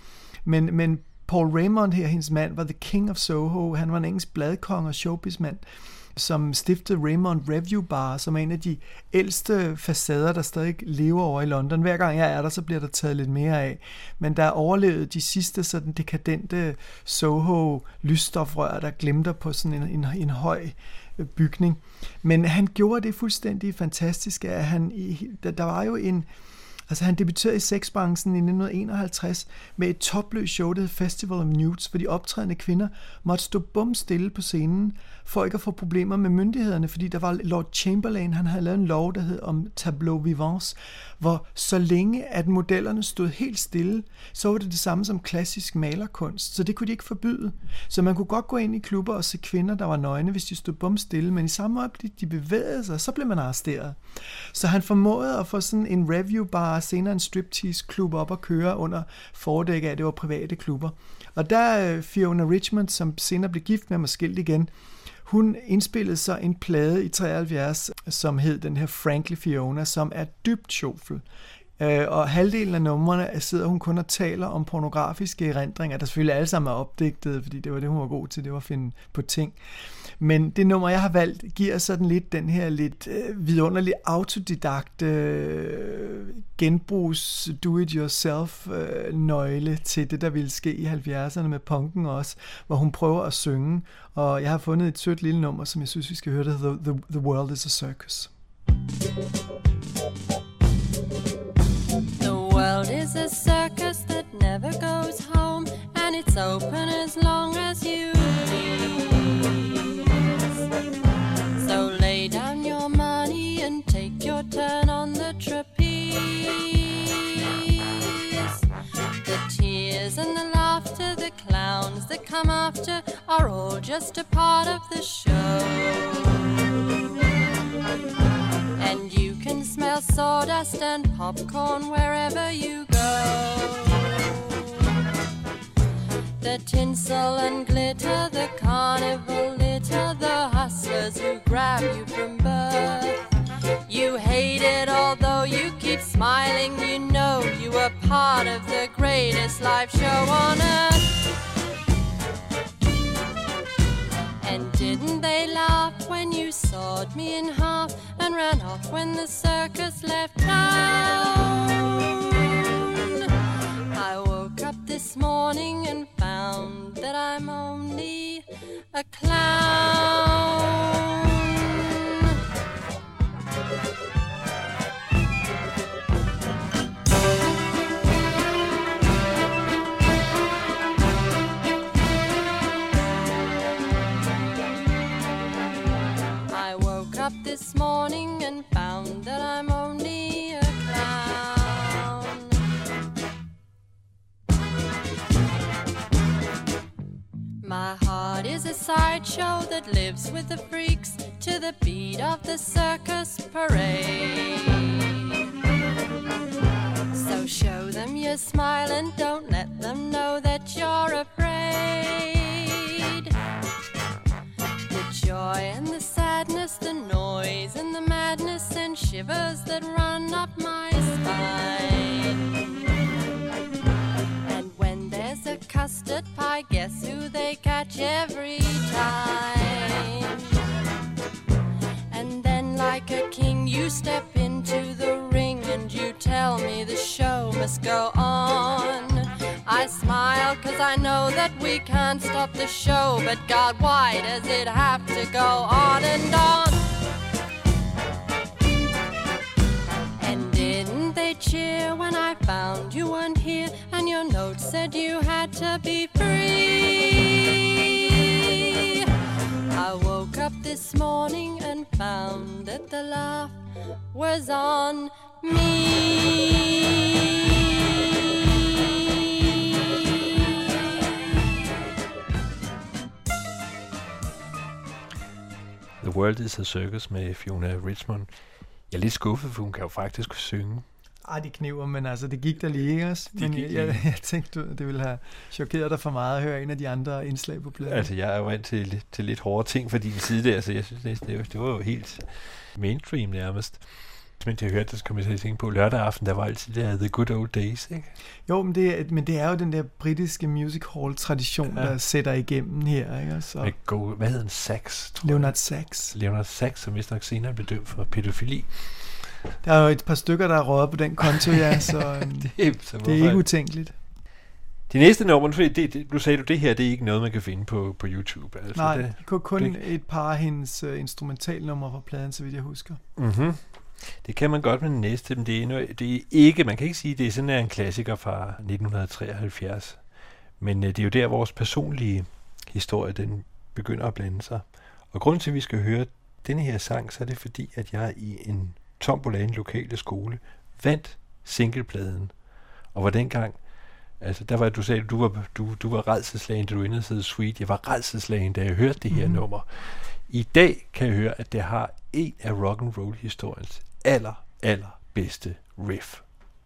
Men Paul Raymond her, hendes mand, var the king of Soho. Han var en engelsk bladkonge og showbizmand, som stiftede Raymond Review Bar, som er en af de ældste facader, der stadig lever over i London. Hver gang jeg er der, så bliver der taget lidt mere af. Men der er overlevet de sidste sådan dekadente Soho-lysstofrør, der glimter på sådan en høj bygning. Men han gjorde det fuldstændig fantastisk, at der var jo han debuterede i sexbranchen i 1951 med et topløst show, der hed Festival of Nudes, hvor de optrædende kvinder måtte stå bumstille på scenen, for ikke at få problemer med myndighederne, fordi der var Lord Chamberlain, han havde lavet en lov, der hed om tableau vivants, hvor så længe at modellerne stod helt stille, så var det samme som klassisk malerkunst, så det kunne de ikke forbyde. Så man kunne godt gå ind i klubber og se kvinder, der var nøgne, hvis de stod bumstille, men i samme øjeblik, de bevægede sig, så blev man arresteret. Så han formåede at få sådan en review bar, senere en striptease-klub op at køre under fordæk af, at det var private klubber. Og der Fiona Richmond, som senere blev gift med mig skilt igen, hun indspillede så en plade i 73, som hed den her Frankly Fiona, som er dybt sjovfuld. Og halvdelen af numrene sidder hun kun og taler om pornografiske erindringer, der selvfølgelig alle sammen er opdigtet, fordi det var det, hun var god til, det var at finde på ting. Men det nummer, jeg har valgt, giver sådan lidt den her lidt vidunderlige autodidakt genbrugs do-it-yourself nøgle til det, der ville ske i 70'erne med punken også, hvor hun prøver at synge. Og jeg har fundet et sødt lille nummer, som jeg synes, vi skal høre, det hedder The World is a Circus. The world is a circus that never goes home, and it's open as long as you please. So lay down your money and take your turn on the trapeze. The tears and the laughter, the clowns that come after are all just a part of the show. And you can smell sawdust and popcorn wherever you go. The tinsel and glitter, the carnival litter, the hustlers who grab you from birth. You hate it although you keep smiling, you know you were part of the greatest live show on earth. And didn't they laugh when you sawed me in half and ran off when the circus left town? I woke up this morning and found that I'm only a clown. Up this morning and found that I'm only a clown. My heart is a sideshow that lives with the freaks to the beat of the circus parade. So show them your smile and don't let them know that you're afraid. The joy and the sadness, the noise and the madness and shivers that run up my spine. And when there's a custard pie, guess who they catch every time? And then like a king you step into the ring and you tell me the show must go on. I smile cause I know that we can't stop the show, but God, why does it have to go on and on? And didn't they cheer when I found you weren't here and your note said you had to be free? I woke up this morning and found that the laugh was on me. The World is a Circus med Fiona Richmond. Jeg er lidt skuffet, for hun kan jo faktisk synge. De kniver, men altså, det gik der lige, ikke også? Men jeg tænkte, det ville have chokeret dig for meget at høre en af de andre indslag på pladen. Altså, jeg er jo vant til lidt hårde ting fra din side der, så jeg synes, det var jo helt mainstream nærmest. Men jeg hørte, så kom jeg til at tænke på lørdag aften, der var altid der The Good Old Days, ikke? Jo, men det er jo den der britiske music hall-tradition, der sætter igennem her, ikke? Så Hvad hedder en Sachs? Leonard Sachs. Leonard Sachs, som vist nok senere blev dømt for pædofili. Der er jo et par stykker, der er røget på den konto, ja, så det er ikke utænkeligt. Det næste nummer, du sagde det her, det er ikke noget, man kan finde på YouTube. Altså, nej, det kun et par af hendes instrumentalnumre fra pladen, så vidt jeg husker. Mhm. Det kan man godt med den næste, men det er ikke, man kan ikke sige, det er sådan en klassiker fra 1973. Men det er jo der, vores personlige historie, den begynder at blande sig. Og grunden til, at vi skal høre denne her sang, så er det fordi, at jeg i en tombola i en lokale skole vandt singlepladen. Og var dengang, altså der var, du sagde, du var rædselsslagen, da du endte sidde Sweet. Jeg var rædselsslagen, da jeg hørte det her nummer. I dag kan jeg høre, at det har en af rock'n'roll-historiens aller bedste riff.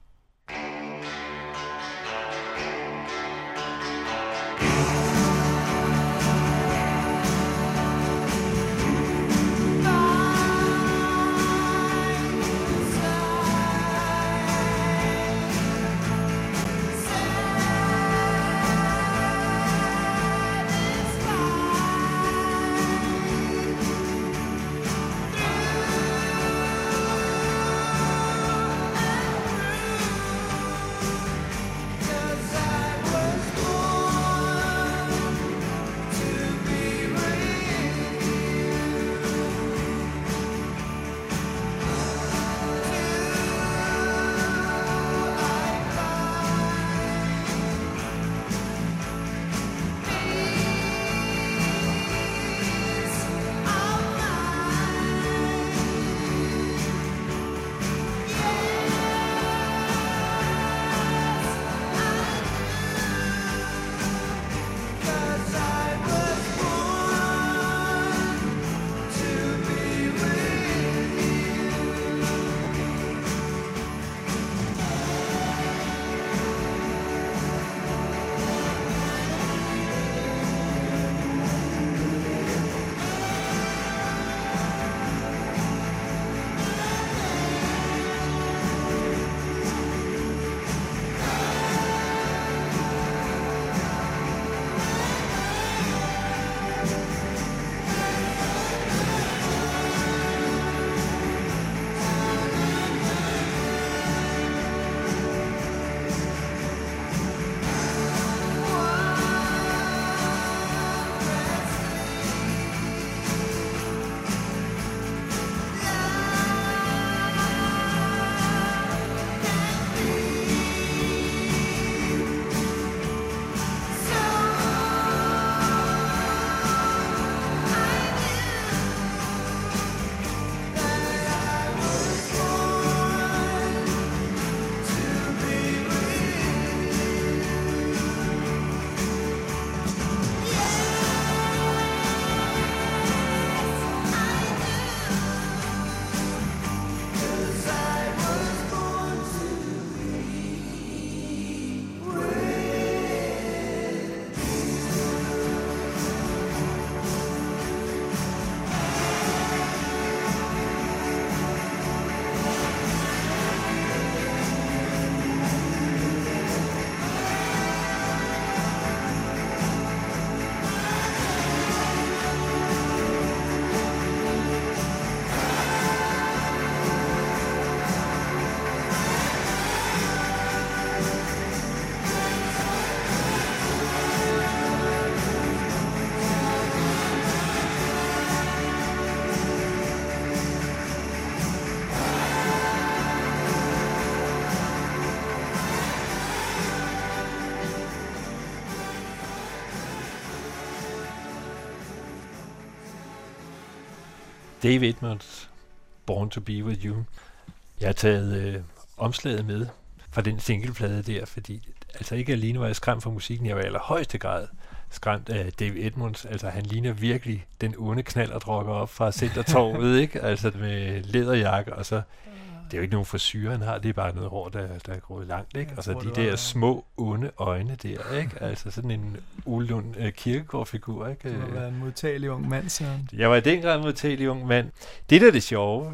Dave Edmunds, Born to Be With You. Jeg har taget omslaget med fra den singleplade der, fordi altså ikke alene var jeg skræmt for musikken, jeg var i allerhøjeste grad skræmt af Dave Edmunds. Altså han ligner virkelig den onde knalderdrokker op fra Centertorvet, ikke? Altså med læderjakke, og så det er jo ikke nogen frisyre, han har, det er bare noget hår, der er gået langt, ikke? Og så de der små, onde øjne der, ikke? Altså sådan en Ole Lund Kirkegaard-figur, ikke? Du har været en modtagelig ung mand, Søren. Jeg var i den grad en modtagelig ung mand. Det der er det sjove,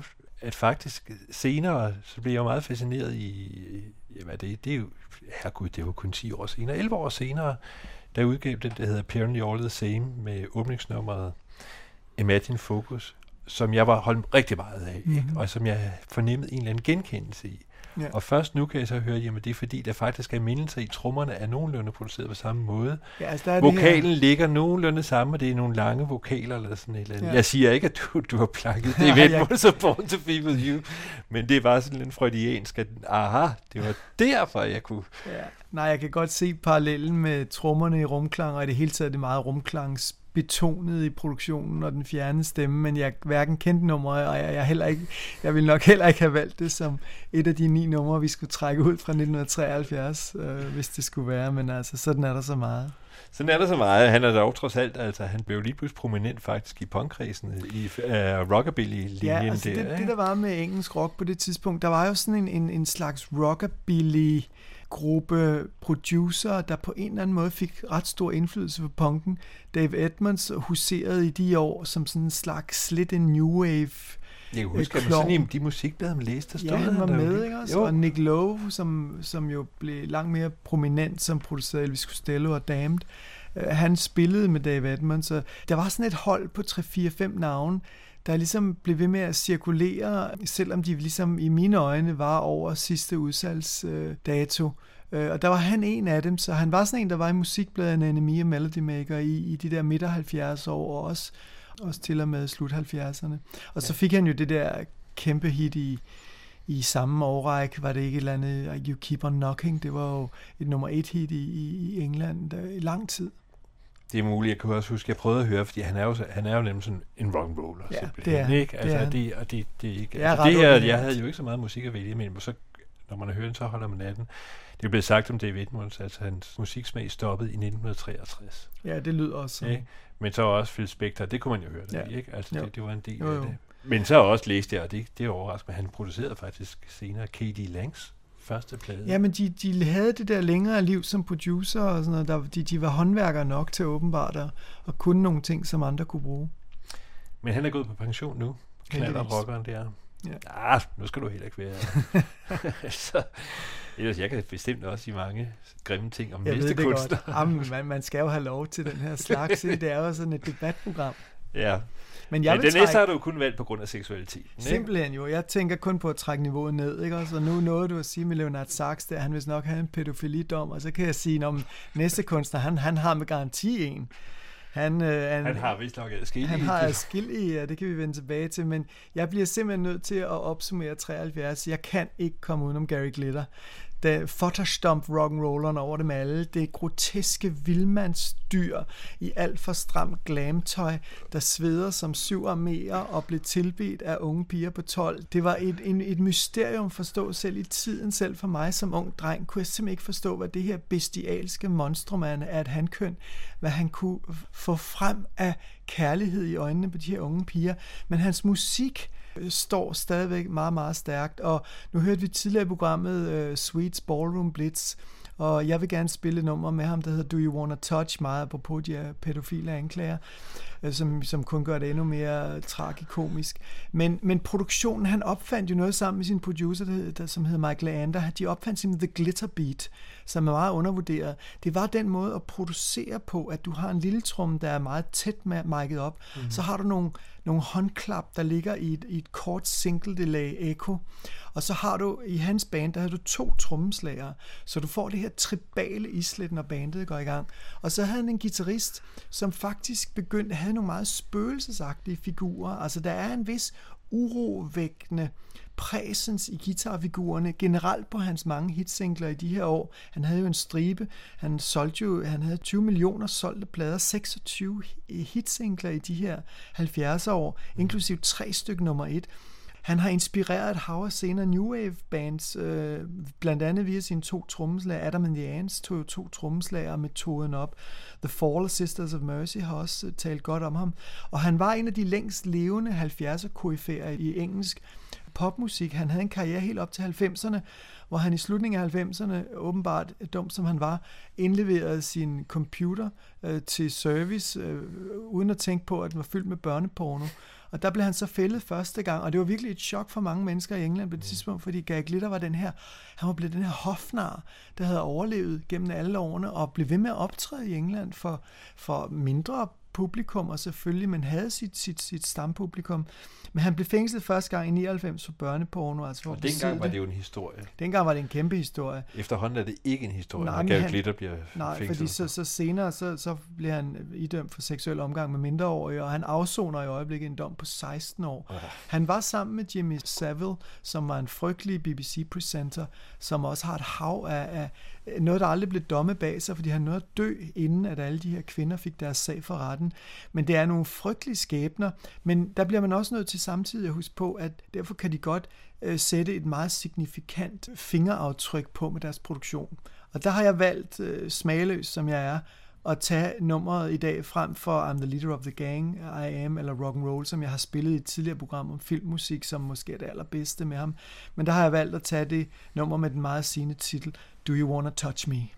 at faktisk senere, så blev jeg meget fascineret det er jo, herregud, det var kun 10 år senere, 11 år senere, der udgav det, der hedder Apparently All the Same, med åbningsnummeret Imagine Focus, som jeg var holdt rigtig meget af, ikke? Og som jeg fornemmede en eller anden genkendelse i. Ja. Og først nu kan jeg så høre, jamen det er fordi, der faktisk er mindelser i, trommerne er nogenlunde produceret på samme måde. Ja, altså vokalen ligger nogenlunde sammen, og det er nogle lange vokaler eller sådan et eller andet. Ja. Jeg siger ikke, at du har plakket det ved, så Born to Be With You, men det var sådan en freudiansk, at aha, det var derfor, jeg kunne... Ja. Nej, jeg kan godt se parallellen med trommerne i rumklang, og i det hele taget det meget rumklangsbetonet i produktionen og den fjerne stemme, men jeg hverken kendte nummeret, og jeg vil nok heller ikke have valgt det som et af de 9 numre, vi skulle trække ud fra 1973, hvis det skulle være, men altså, sådan er der så meget. Sådan er der så meget. Han er dog trods alt, altså han blev lige pludselig prominent faktisk i punkkredsen, i rockabilly-linjen. Ja, altså det der var med engelsk rock på det tidspunkt, der var jo sådan en slags rockabilly gruppe producer, der på en eller anden måde fik ret stor indflydelse på punken. Dave Edmunds huserede i de år som sådan en slags slit in new wave. Jeg husker, at sådan i de musikblade, man læste, der stod han var med, ikke også? Og Nick Lowe, som jo blev langt mere prominent, som producerede Elvis Costello og Damned, han spillede med Dave Edmunds, så der var sådan et hold på 3-4-5 navne, der ligesom blev ved med at cirkulere, selvom de ligesom i mine øjne var over sidste udsalgsdato. Og der var han en af dem, så han var sådan en, der var i musikbladene Enemy og Melody Maker i de der midt 70 år, og også til og med slut 70'erne. Og så fik han jo det der kæmpe hit i samme årrække, var det ikke et eller andet You Keep On Knocking, det var jo et nummer 1 hit i England i lang tid. Det er muligt, jeg kan også huske, jeg prøvede at høre, fordi han er jo nemlig sådan en rock'n'roller. Ja, det er ikke? Altså, det er ikke. Altså, det her, jeg havde jo ikke så meget musik at vælge, men så, når man har hørt den, så holder man af den. Det er blevet sagt om Dave Edmunds, at hans musiksmag stoppede i 1963. Ja, det lyder også. Okay? Men så også Phil Spector, det kunne man jo høre det, ikke? Altså, det var en del af det. Men så også læste jeg, og det er overraskende, han producerede faktisk senere K.D. Langs første plade. Ja, men de havde det der længere liv som producer og sådan noget. De var håndværkere nok til åbenbart og kunne nogle ting, som andre kunne bruge. Men han er gået på pension nu. Knaller rockeren der. Ja. Nu skal du heller ikke være. Altså, ellers jeg kan bestemt også sige mange grimme ting om næste kunstner. Jamen, man skal jo have lov til den her slags. Det er jo sådan et debatprogram. Ja. Men den næste har du kun valgt på grund af seksualitet. Simpelthen jo. Jeg tænker kun på at trække niveauet ned, ikke? Og så nu nåede du at sige med Leonard Sachs, der han vil nok have en pædofilidom, og så kan jeg sige, om næste kunstner, han har med garanti en. Han har vist nok adskillige. Han har adskillige, ja, det kan vi vende tilbage til, men jeg bliver simpelthen nødt til at opsummere 73. Jeg kan ikke komme udenom Gary Glitter. Der Futterstomp rock'n'rolleren over dem alle, det groteske vildmandsdyr i alt for stramt glamtøj, der sveder som 7 arméer og blev tilbedt af unge piger på 12. Det var et mysterium forstå selv i tiden, selv for mig som ung dreng, kunne jeg simpelthen ikke forstå, hvad det her bestialske monstrum af et hankøn, hvad han kunne få frem af kærlighed i øjnene på de her unge piger. Men hans musik står stadigvæk meget, meget stærkt, og nu hørte vi tidligere i programmet Sweets Ballroom Blitz, og jeg vil gerne spille et nummer med ham, der hedder Do You Wanna Touch, meget apropos de her pædofile anklager, som kun gør det endnu mere tragikomisk. Men produktionen, han opfandt jo noget sammen med sin producer, som hedder Michael Leander. De opfandt simpelthen The Glitter Beat, som er meget undervurderet. Det var den måde at producere på, at du har en lille tromme, der er meget tæt mic'et op. Mm-hmm. Så har du nogle håndklap, der ligger i et kort single delay echo. Og så har du i hans band, der har du 2 trommeslagere, så du får det her tribale islet, når bandet går i gang. Og så havde han en guitarist, som faktisk havde nogle meget spøgelsesagtige figurer. Altså der er en vis urovækkende præsens i guitarfigurerne, generelt på hans mange hitsingler i de her år. Han havde jo en stribe, han havde 20 millioner solgte plader, 26 hitsingler i de her 70'er år, inklusive 3 stykker nummer 1. Han har inspireret et hav af senere New Wave bands, blandt andet via sine 2 trommeslager. Adam and the Ants tog jo 2 trommeslager metoden op. The Fall og Sisters of Mercy har også talt godt om ham. Og han var en af de længst levende 70'er-koryfæer i engelsk popmusik. Han havde en karriere helt op til 90'erne, hvor han i slutningen af 90'erne, åbenbart dum som han var, indleverede sin computer til service, uden at tænke på, at den var fyldt med børneporno. Og der blev han så fældet første gang, og det var virkelig et chok for mange mennesker i England på det tidspunkt, fordi Gary Glitter var han var blevet den her hofnar, der havde overlevet gennem alle årene, og blev ved med at optræde i England for mindre publikum, og selvfølgelig, men havde sit stampublikum. Men han blev fængslet første gang i 99 for børneporno. Altså og dengang var det jo en historie. Dengang var det en kæmpe historie. Efterhånden er det ikke en historie, når Gary Glitter bliver fængslet. Nej, fordi så senere, så bliver han idømt for seksuel omgang med mindreårige, og han afsoner i øjeblikket en dom på 16 år. Han var sammen med Jimmy Savile, som var en frygtelig BBC-presenter, som også har et hav af noget, der aldrig blev domme bag sig, fordi han nåede at dø, inden at alle de her kvinder fik deres sag for retten. Men det er nogle frygtelige skæbner, men der bliver man også nødt til samtidig at huske på, at derfor kan de godt sætte et meget signifikant fingeraftryk på med deres produktion. Og der har jeg valgt, smagløs som jeg er, at tage nummeret i dag frem for I'm the Leader of the Gang, I Am eller Rock and Roll, som jeg har spillet i et tidligere program om filmmusik, som måske er det allerbedste med ham. Men der har jeg valgt at tage det nummer med den meget sigende titel, Do You Wanna Touch Me?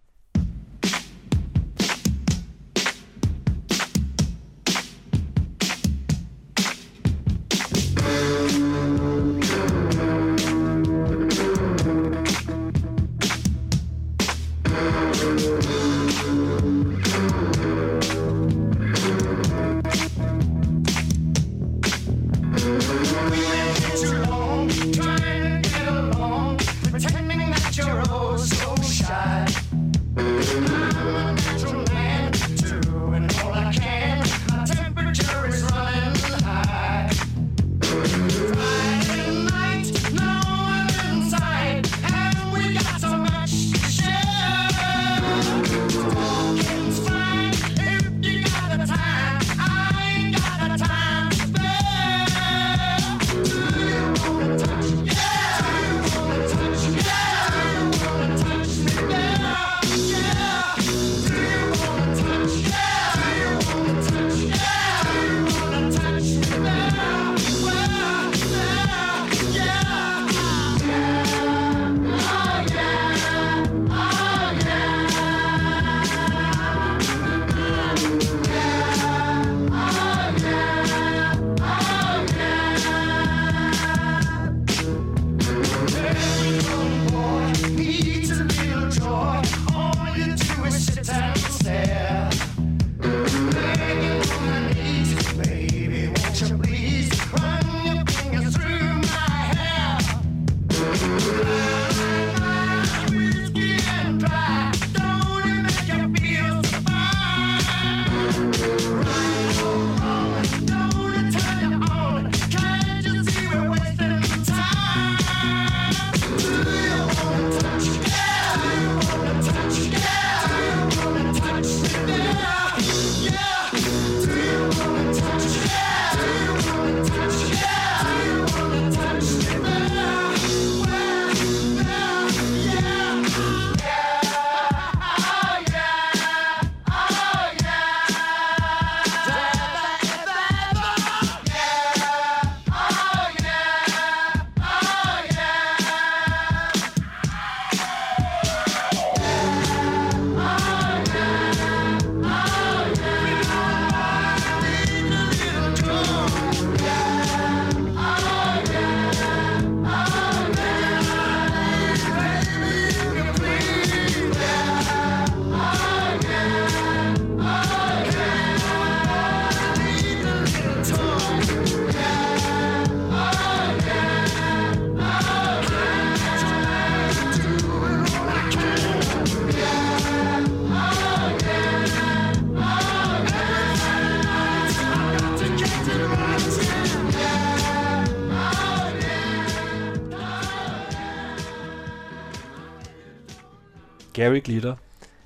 Gary Glitter.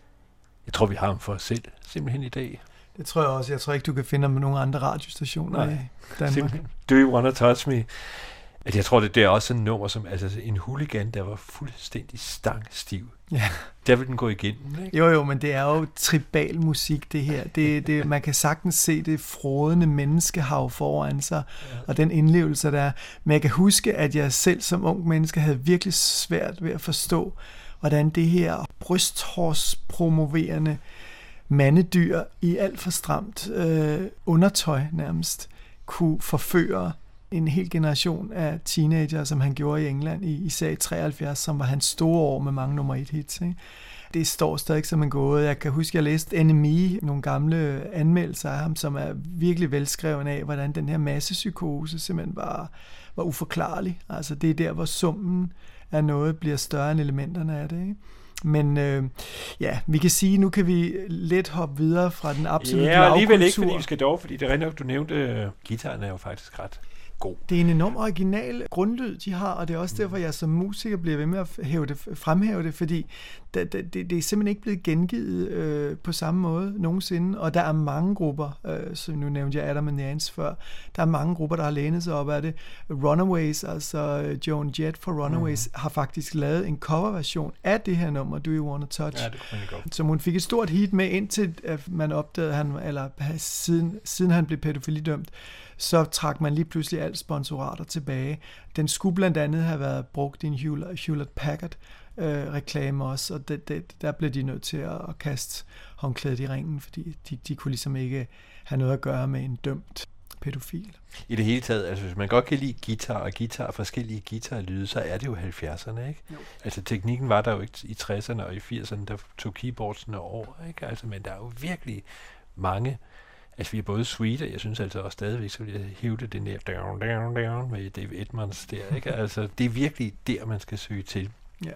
Jeg tror, vi har ham for os selv, simpelthen i dag. Det tror jeg også. Jeg tror ikke, du kan finde ham med nogle andre radiostationer i Danmark. Simpelthen. Do You Wanna Touch Me? At jeg tror, det er også en nummer, som altså en hooligan, der var fuldstændig stangstiv. Ja. Der vil den gå igennem, ikke? Jo, men det er jo tribal musik, det her. Det, man kan sagtens se det frådende menneskehav foran sig, og den indlevelse, der er. Men jeg kan huske, at jeg selv som ung menneske havde virkelig svært ved at forstå, hvordan det her brysthårspromoverende mandedyr i alt for stramt undertøj nærmest kunne forføre en hel generation af teenager, som han gjorde i England især i 73, som var hans store år med mange nummer 1 hits. Ikke? Det står stadig som en gåde. Jeg kan huske, jeg læste NME, nogle gamle anmeldelser af ham, som er virkelig velskreven af, hvordan den her massepsykose simpelthen var uforklarlig. Altså det er der, hvor summen af noget bliver større end elementerne af det. Ikke? Men ja, vi kan sige, nu kan vi let hoppe videre fra den absolutte lavkultur. Ja, alligevel ikke, fordi vi skal dog, fordi det er nok, du nævnte, guitaren er jo faktisk ret god. Det er en enorm original grundlyd, de har, og det er også derfor, jeg som musiker bliver ved med at fremhæve det, fordi det er simpelthen ikke blevet gengivet på samme måde nogensinde, og der er mange grupper, så nu nævnte jeg Adam and the Ants før, der er mange grupper, der har lænet sig op af det. Runaways, altså Joan Jett for Runaways, har faktisk lavet en coverversion af det her nummer, Do You Wanna Touch, ja, det kunne man godt. som hun fik et stort hit med, indtil man opdagede, siden han blev pædofilidømt, så trak man lige pludselig alle sponsorater tilbage. Den skulle blandt andet have været brugt i en Hewlett-Packard reklame også, og der blev de nødt til at kaste håndklædet i ringen, fordi de kunne ligesom ikke have noget at gøre med en dømt pædofil. I det hele taget, altså hvis man godt kan lide guitar, forskellige guitarlyde, så er det jo 70'erne, ikke? Jo. Altså teknikken var der jo ikke i 60'erne og i 80'erne, der tog keyboardsene over, ikke? Altså, men der er jo virkelig mange. Altså vi er både sweet, og jeg synes altså også stadigvæk, så vil jeg hævde den der down med Dave Edmunds der, ikke? Altså det er virkelig der, man skal søge til. Ja.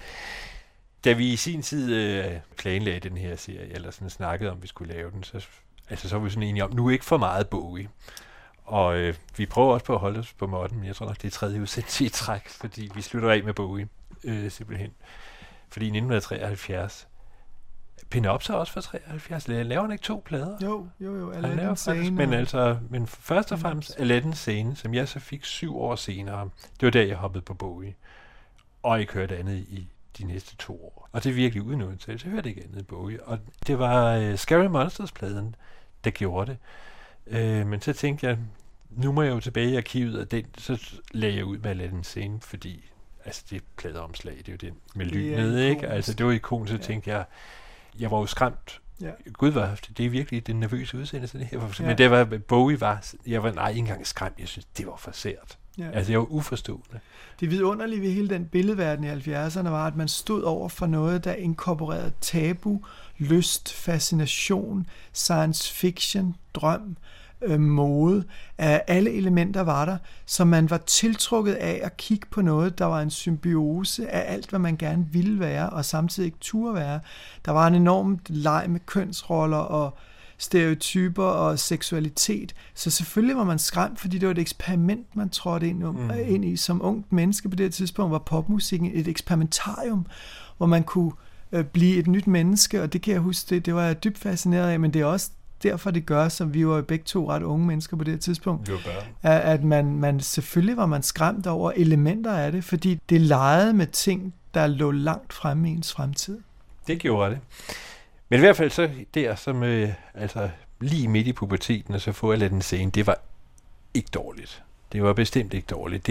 Da vi i sin tid planlagde den her serie, eller sådan snakkede om, vi skulle lave den, så var vi sådan enige om, nu ikke for meget Bowie. Og vi prøver også på at holde os på måtten, men jeg tror nok, det er 3. udsendelse i træk, fordi vi slutter af med Bowie, simpelthen. Fordi i 1973, Pin-Up så også for 73. Laver han ikke 2 plader? Jo. Aladdin Scene. Men først og fremmest Aladdin Scene, som jeg så fik 7 år senere. Det var der, jeg hoppede på Bowie. Og ikke hørte andet i de næste 2 år. Og det er virkelig uden undtagelse. Jeg hørte ikke andet Bowie. Og det var Scary Monsters-pladen, der gjorde det. Men så tænkte jeg, nu må jeg jo tilbage i arkivet, og så lagde jeg ud med Aladdin Scene, fordi altså det pladeomslag, det er jo den med lynet, ikke? Altså det var ikon, så tænkte jeg var jo skræmt. Ja. Gud, det er virkelig den nervøse udsendelse, det her. Ja. Men det var, Bowie var, jeg var ikke engang skræmt. Jeg synes, det var for sært. Ja. Altså, jeg var uforstående. Det vidunderlige ved hele den billedverden i 70'erne var, at man stod over for noget, der inkorporerede tabu, lyst, fascination, science fiction, drøm, mode. Alle elementer var der, så man var tiltrukket af at kigge på noget, der var en symbiose af alt, hvad man gerne ville være, og samtidig ikke turde være. Der var en enorm leg med kønsroller og stereotyper og seksualitet. Så selvfølgelig var man skræmt, fordi det var et eksperiment, man trådte ind i som ungt menneske. På det tidspunkt var popmusikken et eksperimentarium, hvor man kunne blive et nyt menneske, og det kan jeg huske, det var jeg dybt fascineret af, men det er også derfor, det gør, som vi var begge to ret unge mennesker på det tidspunkt, at man selvfølgelig var man skræmt over elementer af det, fordi det legede med ting, der lå langt fremme i ens fremtid. Det gjorde det. Men i hvert fald så der, som altså lige midt i puberteten, og så få Aladdin Scene, det var ikke dårligt. Det var bestemt ikke dårligt.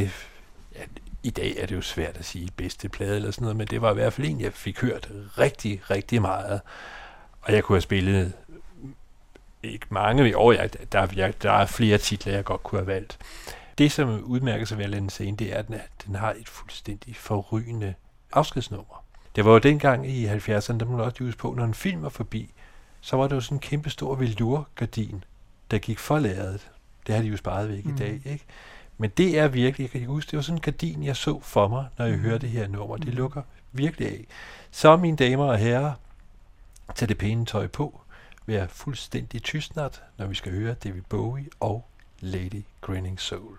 I dag er det jo svært at sige bedste plade eller sådan noget, men det var i hvert fald en, jeg fik hørt rigtig, rigtig meget. Og jeg kunne have spillet ikke mange år. Der er flere titler, jeg godt kunne have valgt. Det, som udmærker sig ved Aladdin Scene, det er, at den har et fuldstændig forrygende afskedsnummer. Det var jo dengang i 70'erne, der må man også huske på, når en film var forbi, så var det jo sådan en kæmpe stor velour-gardin, der gik for lærredet. Det har de jo sparet væk i dag, ikke? Men det er virkelig, jeg kan huske, det var sådan en gardin, jeg så for mig, når jeg hørte det her nummer. Det lukker virkelig af. Så, mine damer og herrer, tag det pæne tøj på, vær fuldstændig tystnat, når vi skal høre David Bowie og Lady Grinning Soul.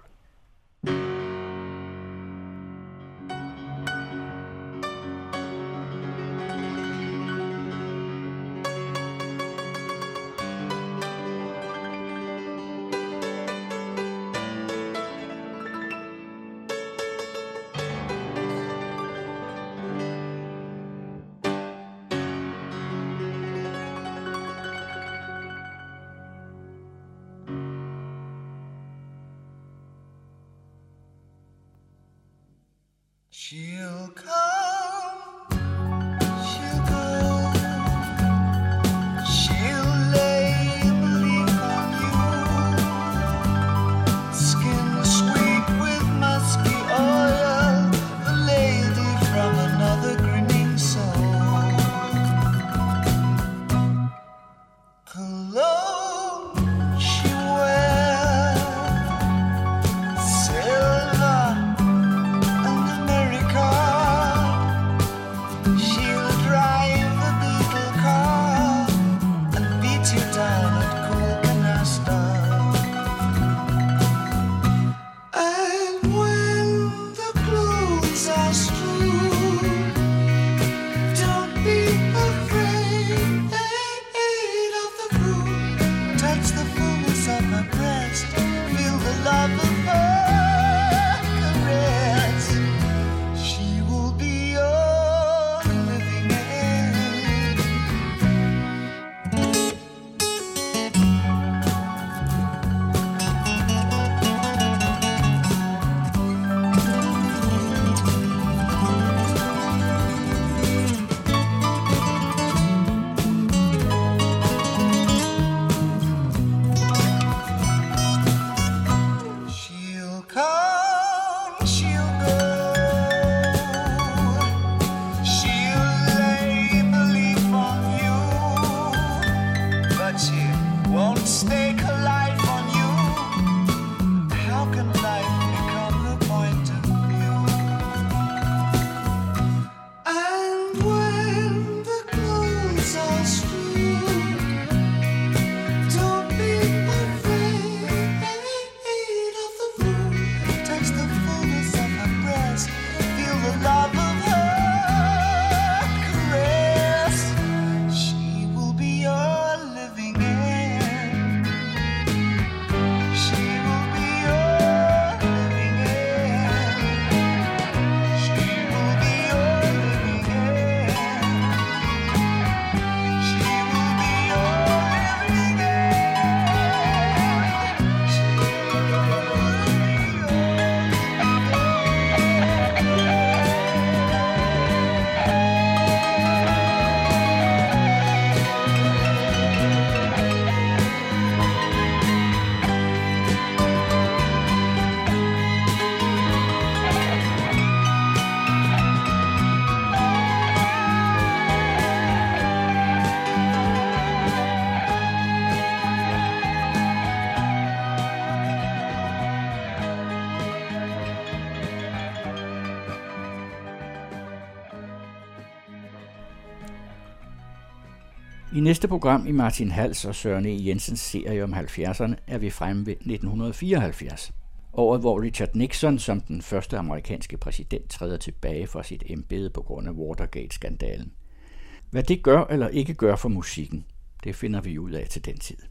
I næste program i Martin Hals og Søren E. Jensens serie om 70'erne er vi fremme ved 1974. Året, hvor Richard Nixon som den første amerikanske præsident træder tilbage fra sit embede på grund af Watergate-skandalen. Hvad det gør eller ikke gør for musikken, det finder vi ud af til den tid.